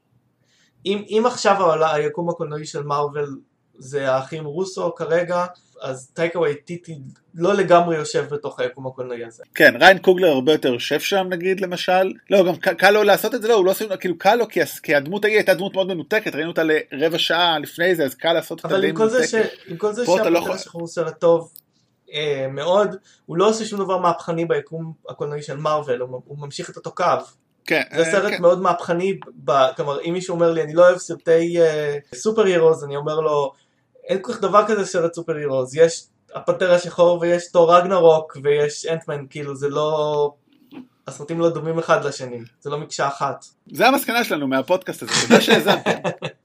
אם עכשיו היקום הקולנועי של מרוול זה האחים רוסו כרגע, אז טייקה וייטיטי לא לגמרי יושב בתוך היקום הקולנועי הזה. כן, ריין קוגלר הרבה יותר יושב שם נגיד למשל, לא, גם קל לו לעשות את זה, לא, הוא לא עושה, כאילו קל לו, כי הדמות ההיא הייתה דמות מאוד מנותקת, ראינו אותה לרבע שעה לפני זה, אז קל לעשות אותה די מנותקת. אבל עם כל זה שהפטר שחרור סרט טוב מאוד, הוא לא עושה שום דבר מהפכני ביקום הקולנועי של מרוול, הוא ממשיך את אותו קו. כן, זה סרט מאוד מהפכני, כלומר, אם מישהו אומר לי, אני לא אוהב סרטי סופר הירוז, אני אומר לו, אין כל כך דבר כזה סרט סופר הירוז, יש הפנתר השחור ויש תור רגנרוק ויש אנטמן, כאילו זה לא הסרטים לא דומים אחד לשני, זה לא מקשה אחת. זה המסקנה שלנו מהפודקאסט הזה, תודה שהזמתם.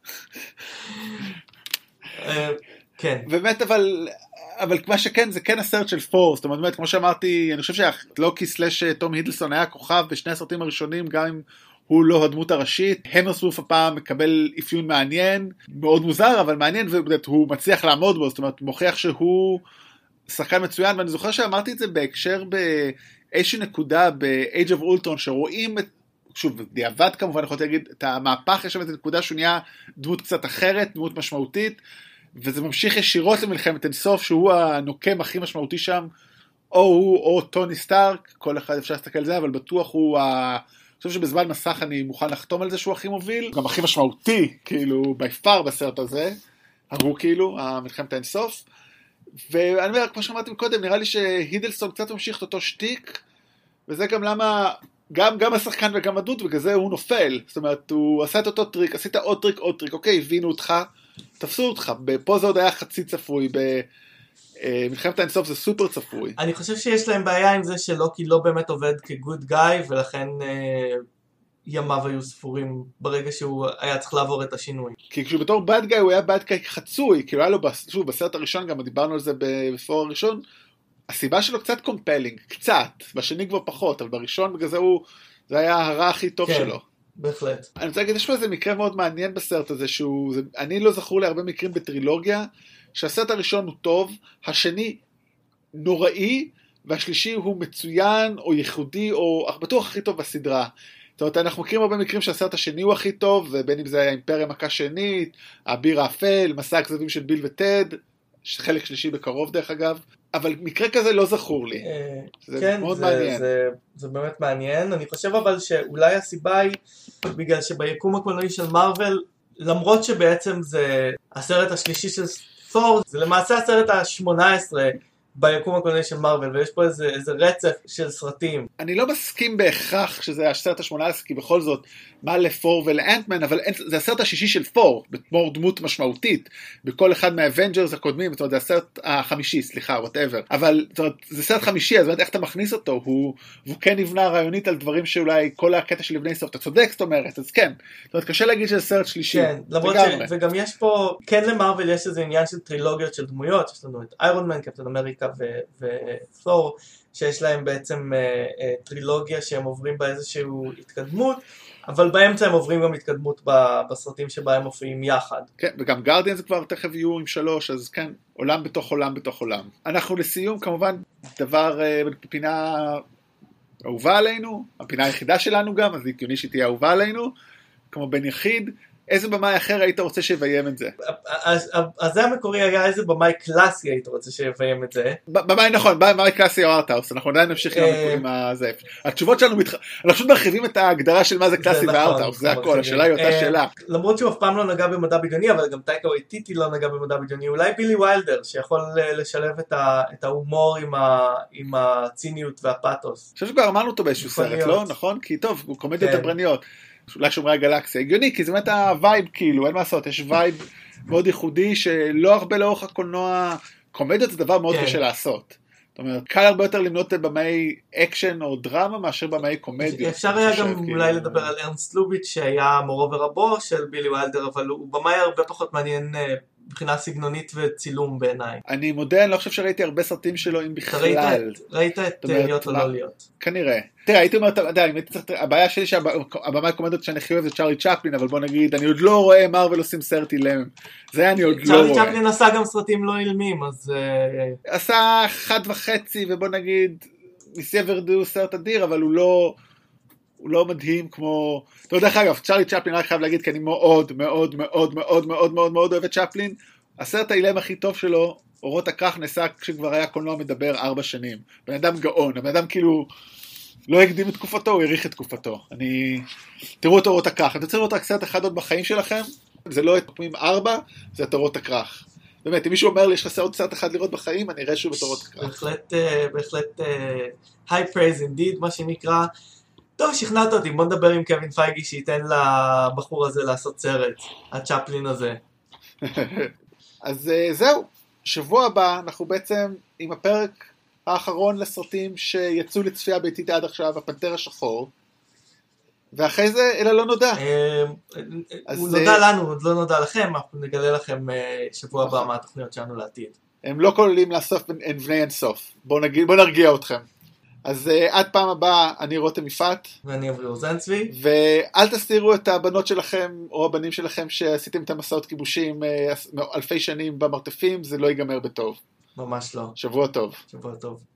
כן. באמת, אבל מה שכן, זה כן הסרט של פור, זאת אומרת, כמו שאמרתי, אני חושב שלוקי סלש תום הידלסון היה כוכב בשני הסרטים הראשונים, גם אם הוא לא הדמות הראשית. המרסוורף הפעם מקבל אפיון מעניין, מאוד מוזר, אבל מעניין, והוא מצליח לעמוד בו, זאת אומרת, מוכיח שהוא שחקן מצוין, ואני זוכר שאמרתי את זה בהקשר באיזושהי נקודה ב-Age of Ultron, שרואים שוב, דיעבד כמובן, יכולתי להגיד, את המהפך, יש שם את הנקודה שהוא נהיה דמות קצת אחרת, דמות משמעותית, וזה ממשיך ישירות למלחמת אינסוף, שהוא הנוקם הכי משמעותי שם, או הוא או טוני סטארק, כל אחד אפשר להסתכל על זה, אבל בטוח הוא, אני חושב שבזמן מסך אני מוכן לחתום על זה שהוא הכי מוביל, גם הכי משמעותי, כאילו, ביפר בסרט הזה, הוא כאילו, מלחמת האינסוף, ואני אומר, כמו שאמרתי קודם, נראה לי שהידלסון קצת ממשיך את אותו שטיק, וזה גם למה, גם השחקן וגם הדוד, וכזה הוא נופל, זאת אומרת, הוא עשה את אותו טריק, עשית עוד טריק, אוקיי, הבינו אותך, תפסו אותך, פה זה עוד היה חצי צפוי, במלחמת האינסוף זה סופר צפוי. אני חושב שיש להם בעיה עם זה שלוקי לא באמת עובד כגוד גאי, ולכן ימיו היו ספורים ברגע שהוא היה צריך לעבור את השינוי. כי כשהוא בתור בד גאי, הוא היה בד גאי חצוי, כאילו היה לו, שוב, בסרט הראשון, גם דיברנו על זה בפור הראשון, הסיבה שלו קצת קומפלינג, קצת, בשני כבר פחות, אבל בראשון בגלל זה זה היה הרע הכי טוב שלו. בהחלט. אני רוצה להגיד, יש פה איזה מקרה מאוד מעניין בסרט הזה, אני לא זכור להרבה מקרים בטרילוגיה, שהסרט הראשון הוא טוב, השני נוראי, והשלישי הוא מצוין, או ייחודי, או בטוח הכי טוב בסדרה. זאת אומרת, אנחנו מכירים הרבה מקרים שהסרט השני הוא הכי טוב, ובין אם זה היה אימפריה מכה שנית, האביר האפל, מסע הכזבים של ביל וטד, חלק שלישי בקרוב דרך אגב, אבל מקרה כזה לא זכור לי. זה כן, מאוד מעניין. זה באמת מעניין. אני חושב אבל שאולי הסיבה היא בגלל שביקום הקולנועי של מארוול, למרות שבעצם זה הסרט השלישי של תור, זה למעשה הסרט ה-18 ביקום הקולנועי של מארוול, ויש פה איזה רצף של סרטים. אני לא מסכים בהכרח שזה הסרט ה-18, כי בכל זאת, מה לפור ולאנטמן, אבל זה הסרט השישי של פור, בתמור דמות משמעותית, בכל אחד מהאבנג'רס הקודמים, זאת אומרת, זה הסרט החמישי, סליחה, whatever, אבל זאת אומרת, זה סרט חמישי, אז באמת איך אתה מכניס אותו, הוא כן נבנה רעיונית על דברים שאולי כל הקטע של לבני סוף, אתה צודק, זאת אומרת, אז כן, זאת אומרת, קשה להגיד שזה סרט שלישי. כן, למרות וגם יש פה, כן למארוול יש איזה עניין של טרילוגיות של דמויות, יש לנו את איירון מן, קפטן אמריקה ותור, שיש להם בעצם טרילוגיה שהם עוברים בה איזושהי התקדמות, אבל באמצע הם עוברים גם התקדמות בסרטים שבה הם מופיעים יחד. כן, וגם גרדיאנס כבר תכף יהיו עם 3, אז כן, עולם בתוך עולם בתוך עולם. אנחנו לסיום, כמובן, דבר פינה אהובה עלינו, הפינה היחידה שלנו גם, אז הגיוני שתהיה אהובה עלינו, כמו בן יחיד. איזה במאי אחר היית רוצה שיביים את זה? אז זה המקורי היה איזה במאי קלאסי היית רוצה שיביים את זה. במאי נכון, במאי קלאסי או ארטהאוס, אנחנו עדיין נמשיך עם זה. התשובות שלנו, אנחנו פשוט מרחיבים את ההגדרה של מה זה קלאסי וארטהאוס, זה הכל, השאלה היא אותה שאלה. למרות שהוא אף פעם לא נגע במדע בדיוני, אבל גם טייקה וייטיטי לא נגע במדע בדיוני, אולי בילי ויילדר, שיכול לשלב את ההומור עם הציניות והפאתוס. אני חושב שכבר אמרנו אותו באיזשהו סרט, לא? נכון? כי טוב, הוא קומדיות דברניות. אולי שומרי הגלקסיה, הגיוני, כי זה באמת הווייב כאילו, אין מה לעשות, יש וייב מאוד ייחודי שלא הרבה לאורך הקולנוע, קומדיות זה דבר מאוד קשה לעשות. זאת אומרת, קל הרבה יותר למנות במאי אקשן או דרמה מאשר במאי קומדיות. אפשר היה גם אולי לדבר על ארנסט לוביץ' שהיה מורו ורבו של בילי ויילדר, אבל הוא במאי הרבה פחות מעניין מבחינה סגנונית וצילום בעיניי. אני מודה, אני לא חושב שראיתי הרבה סרטים שלו אם בכלל. ראית את להיות או לא להיות. כנראה. תראה, הייתי אומר, הבעיה שלי שהבמה הקומדיות שאני הכי אוהב זה צ'ארלי צ'פלין, אבל בוא נגיד, אני עוד לא רואה מארוול עושים סרט אילם. זה אני עוד לא רואה. צ'ארלי צ'פלין עשה גם סרטים לא אילמים, אז... עשה 1.5, ובוא נגיד, מיסיה ורדו סרט אדיר, אבל הוא לא מדהים כמו... אתה יודע, דרך אגב, צ'ארלי צ'פלין, רק חייב להגיד, כי אני מאוד מאוד מאוד מאוד מאוד מאוד מאוד אוהב את צ'פלין. הסרט האילם הכי טוב שלו, אורות הכרך, נעשה כשכבר היה קולנוע מדבר 4 שנים. בן אדם גאון, הבן אדם כאילו לא הקדים את תקופתו, הוא העריך את תקופתו. תראו את אורות הכרך. אתם רוצים לראות רק סרט אחד עוד בחיים שלכם? זה לא את פעמים 4, זה את אורות הכרך. באמת, אם מישהו אומר לי, יש לך עוד סרט אחד לראות בחיים, אני אראה שהוא את אורות הכרך. בהחלט high praise indeed, מה שנקרא. טוב, שכנעת אותי, בוא נדבר עם קווין פייגי שייתן לבחור הזה לעשות סרט, הצ'פלין הזה. אז זהו, שבוע הבא אנחנו בעצם עם הפרק האחרון לסרטים שיצאו לצפייה ביתית עד עכשיו, הפנתר השחור, ואחרי זה אלא לא נודע. הוא נודע לנו, עוד לא נודע לכם, אנחנו נגלה לכם שבוע הבא מה התוכניות שלנו לעתיד. הם לא כוללים לאסוף אבני אינסוף, בואו נרגיע אתכם. אז עד פעם הבאה, אני רותם יפעת. ואני אברי אוזן-צבי. ואל תסתירו את הבנות שלכם, או הבנים שלכם שעשיתם את המסעות כיבושים אלפי שנים במרתפים, זה לא ייגמר בטוב. ממש לא. שבוע טוב. שבוע טוב.